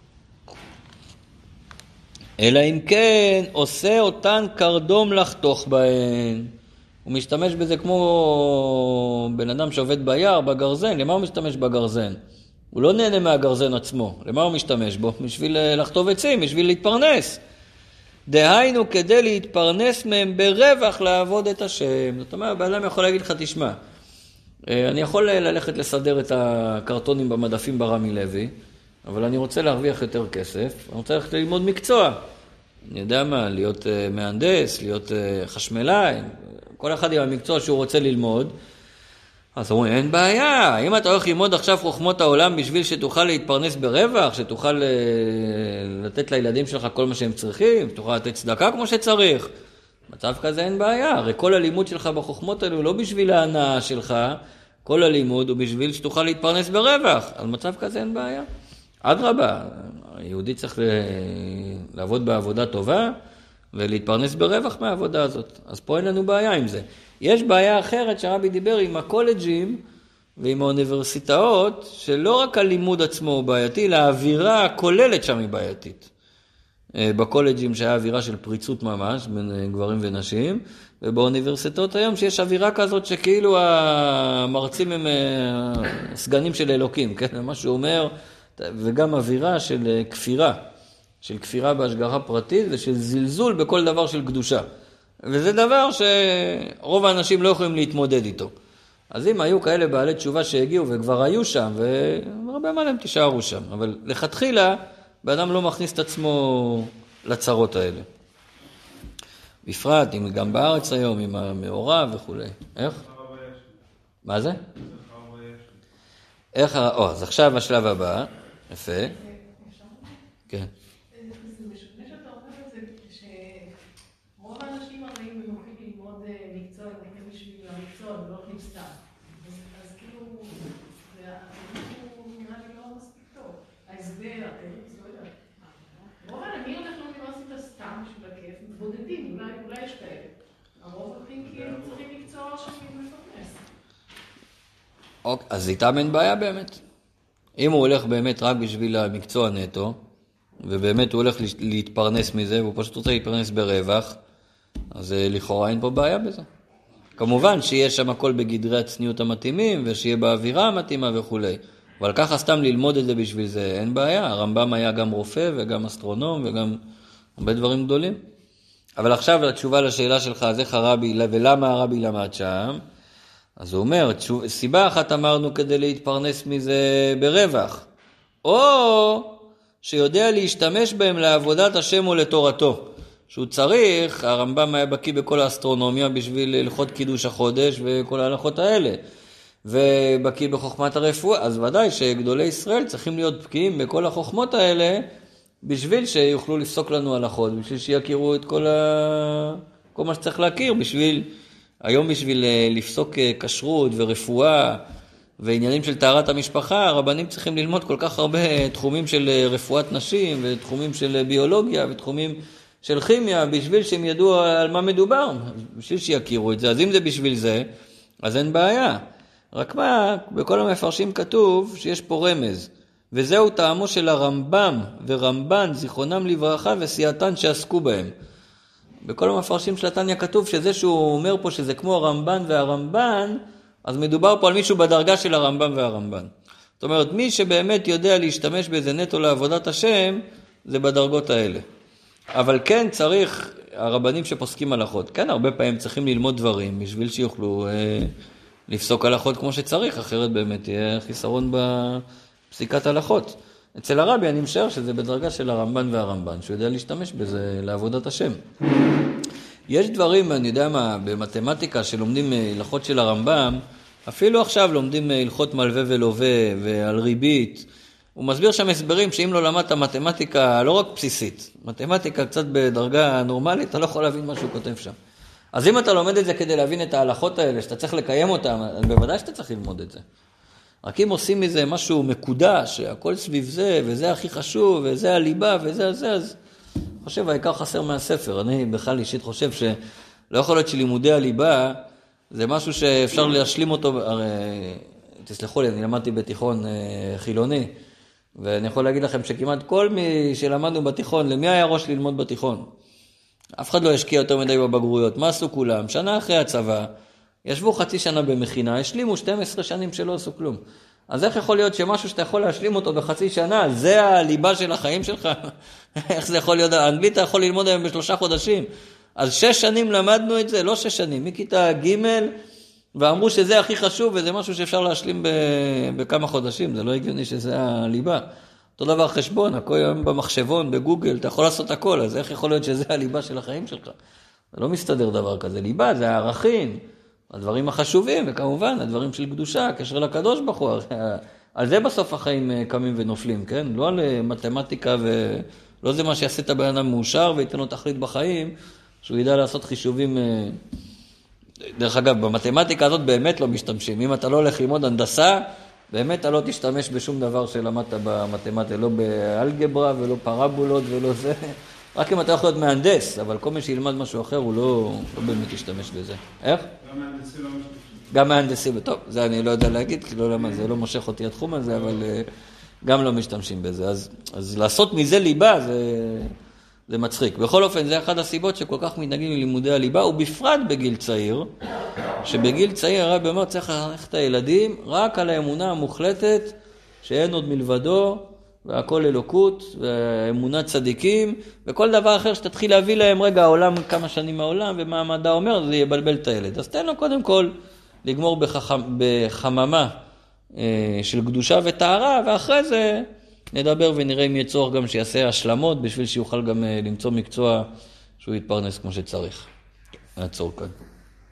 [SPEAKER 1] אלא אם כן, עושה אותן קרדום לחתוך בהן. הוא משתמש בזה כמו בן אדם שעובד ביער, בגרזן. למה הוא משתמש בגרזן? הוא לא נהנה מהגרזן עצמו. למה הוא משתמש בו? בשביל לחתוב עצים, בשביל להתפרנס. דהיינו כדי להתפרנס מהם ברווח לעבוד את השם. זאת אומרת, באדם יכול להגיד לך, תשמע, אני יכול ללכת לסדר את הקרטונים במדפים ברמי לוי, אבל אני רוצה להרוויח יותר כסף, אני רוצה ללכת ללמוד מקצוע. אני יודע מה, להיות מהנדס, להיות חשמלאי, כל אחד עם המקצוע שהוא רוצה ללמוד. אז אומרים, אין בעיה, אם אתה הולך ללמוד עכשיו חוכמות העולם בשביל שתוכל להתפרנס ברווח, שתוכל לתת לילדים שלך כל מה שהם צריכים, שתוכל לתת צדקה כמו שצריך, מצב כזה אין בעיה. הרי כל הלימוד שלך בחוכמות האלו לא בשביל ההנאה שלך, כל הלימוד הוא בשביל שתוכל להתפרנס ברווח. על מצב כזה אין בעיה. אדרבה, היהודי צריך לעבוד בעבודה טובה ולהתפרנס ברווח מהעבודה הזאת. אז פה אין לנו בעיה עם זה. יש בעיה אחרת שהרבי דיבר עם הקולג'ים ועם האוניברסיטאות, שלא רק הלימוד עצמו הוא בעייתי, אלא האווירה הכוללת שם היא בעייתית. בקולג'ים שהיה אווירה של פריצות ממש בין גברים ונשים, ובאוניברסיטאות היום שיש אווירה כזאת שכאילו המרצים הם סגנים של אלוקים, כן? מה שהוא אומר, וגם אווירה של כפירה בהשגחה פרטית ושל זלזול בכל דבר של קדושה. וזה דבר שרוב האנשים לא יכולים להתמודד איתו. אז אם היו כאלה בעלי תשובה שהגיעו וכבר היו שם, והרבה מה להם תישארו שם, אבל לכתחילה, באדם לא מכניס את עצמו לצרות האלה. בפרט, גם בארץ היום, עם המעורב וכו'. איך? מה זה? איך? אז עכשיו השלב הבא. יפה. כן.
[SPEAKER 6] זה משכנע שאתה אומר את זה, שרוב האנשים הרי הם הולכים ללמוד מקצוע, הם הולכים בשביל המקצוע, ולא הולכים סתם. אז כאילו, זה נראה לי לא מספיק טוב. ההסבר, לא יודעת. רוב האנשים הולכים לאוניברסיטה סתם בשביל הכיף, בודדים, אולי יש כאלה. הרוב הולכים כי הם צריכים מקצוע שהם מפרנס.
[SPEAKER 1] אז איתם אין בעיה באמת. אם הוא הולך באמת רק בשביל המקצוע נטו, ובאמת הוא הולך להתפרנס מזה, והוא פשוט רוצה להתפרנס ברווח, אז לכאורה אין פה בעיה בזה. כמובן שיש שם הכל בגדרי הצניעות המתאימים, ושיהיה באווירה המתאימה וכו'. אבל ככה סתם ללמוד את זה בשביל זה, אין בעיה. הרמב"ם היה גם רופא וגם אסטרונום וגם הרבה דברים גדולים. אבל עכשיו התשובה לשאלה שלך, אז איך הרבי, ולמה הרבי למד שם? אז הוא אומר, סיבה אחת אמרנו כדי להתפרנס מזה ברווח, או שיודע להשתמש בהם לעבודת השם ולתורתו, שהוא צריך, הרמב"ם היה בקיא בכל האסטרונומיה בשביל הלכות קידוש החודש וכל ההלכות האלה, ובקיא בחוכמת הרפואה, אז ודאי שגדולי ישראל צריכים להיות בקיאים בכל החוכמות האלה, בשביל שיוכלו לפסוק לנו הלכות, בשביל שיכירו את כל מה שצריך להכיר, היום בשביל לפסוק כשרות ורפואה ועניינים של טהרת המשפחה, הרבנים צריכים ללמוד כל כך הרבה תחומים של רפואת נשים ותחומים של ביולוגיה ותחומים של כימיה, בשביל שהם ידעו על מה מדובר, בשביל שיכירו את זה. אז אם זה בשביל זה, אז אין בעיה. רק מה, בכל המפרשים כתוב שיש פה רמז, וזהו טעמו של הרמב"ם ורמב"ן, זיכרונם לברכה, וסייעתן שעסקו בהם. בכל המפרשים של התניא כתוב שזה שהוא אומר פה שזה כמו הרמב"ן והרמב"ן, אז מדובר פה על מישהו בדרגה של הרמב"ם והרמב"ן. זאת אומרת, מי שבאמת יודע להשתמש באיזה נטו לעבודת השם, זה בדרגות האלה. אבל כן צריך, הרבנים שפוסקים הלכות, כן הרבה פעמים צריכים ללמוד דברים, בשביל שיוכלו לפסוק הלכות כמו שצריך, אחרת באמת יהיה חיסרון בפסיקת הלכות. אצל הרבי אני משער שזה בדרגה של הרמב"ן והרמב"ן, שהוא יודע להשתמש בזה לעבודת השם. יש דברים, אני יודע מה, במתמטיקה שלומדים הלכות של הרמב"ם, אפילו עכשיו לומדים הלכות מלווה ולווה ועל ריבית. הוא מסביר שם הסברים שאם לא למדת מתמטיקה לא רק בסיסית, מתמטיקה קצת בדרגה נורמלית, אתה לא יכול להבין מה שהוא כותב שם. אז אם אתה לומד את זה כדי להבין את ההלכות האלה, שאתה צריך לקיים אותם, אז בוודאי שאתה צריך ללמוד את זה. רק אם עושים מזה משהו מקודש, הכל סביב זה, וזה הכי חשוב, וזה הליבה, וזה, אז חושב, העיקר חסר מהספר. אני בכלל אישית חושב שלא יכול להיות שלימודי הליבה, זה משהו שאפשר להשלים אותו, הרי, תסלחו לי, אני למדתי בתיכון חילוני, ואני יכול להגיד לכם שכמעט כל מי שלמדנו בתיכון, למי היה ראש ללמוד בתיכון? אף אחד לא השקיע יותר מדי בבגרויות. מה עשו כולם? שנה אחרי הצבא, ישבו חצי שנה במכינה, השלימו 12 שנים שלא עשו כלום. אז איך יכול להיות שמשהו שאתה יכול להשלים אותו בחצי שנה, זה הליבה של החיים שלך? איך זה יכול להיות? האנגלית אתה יכול ללמוד היום ב3 חודשים. אז 6 שנים למדנו את זה, לא 6 שנים, מכיתה ג' ואמרו שזה הכי חשוב, וזה משהו שאפשר להשלים בכמה חודשים, זה לא הגיוני שזה הליבה. אותו דבר חשבון, הכל היום במחשבון, בגוגל, אתה יכול לעשות הכל, אז איך יכול להיות שזה הליבה של החיים שלך? זה לא מסתדר דבר כזה. ליבה זה הערכים, הדברים החשובים, וכמובן הדברים של קדושה, קשר לקדוש ברוך הוא. על זה בסוף החיים קמים ונופלים, כן? לא על מתמטיקה ולא זה מה שיעשה את הבן אדם מאושר וייתן לו תכלית בחיים, שהוא ידע לעשות חישובים. דרך אגב, במתמטיקה הזאת באמת לא משתמשים. אם אתה לא הולך ללמוד הנדסה, באמת אתה לא תשתמש בשום דבר שלמדת במתמטיקה, לא באלגברה ולא פרבולות ולא זה. רק אם אתה יכול להיות מהנדס, אבל כל מי שילמד משהו אחר הוא לא באמת ישתמש בזה. איך?
[SPEAKER 3] גם מהנדסי לא משתמשים.
[SPEAKER 1] גם מהנדסי, טוב, זה אני לא יודע להגיד, כי זה לא מושך אותי התחום הזה, אבל גם לא משתמשים בזה. אז לעשות מזה ליבה זה מצחיק. בכל אופן, זה אחד הסיבות שכל כך מתנגדים ללימודי הליבה, ובפרט בגיל צעיר, שבגיל צעיר הרב אומר צריך לחנך את הילדים רק על האמונה המוחלטת, שאין עוד מלבדו, והכל אלוקות, ואמונת צדיקים, וכל דבר אחר שתתחיל להביא להם, רגע, העולם, כמה שנים העולם, ומה המדע אומר, זה יבלבל את הילד. אז תן לו קודם כל לגמור בחממה של קדושה וטהרה, ואחרי זה נדבר ונראה אם יהיה צורך גם שיעשה השלמות, בשביל שיוכל גם למצוא מקצוע שהוא יתפרנס כמו שצריך. נעצור כאן.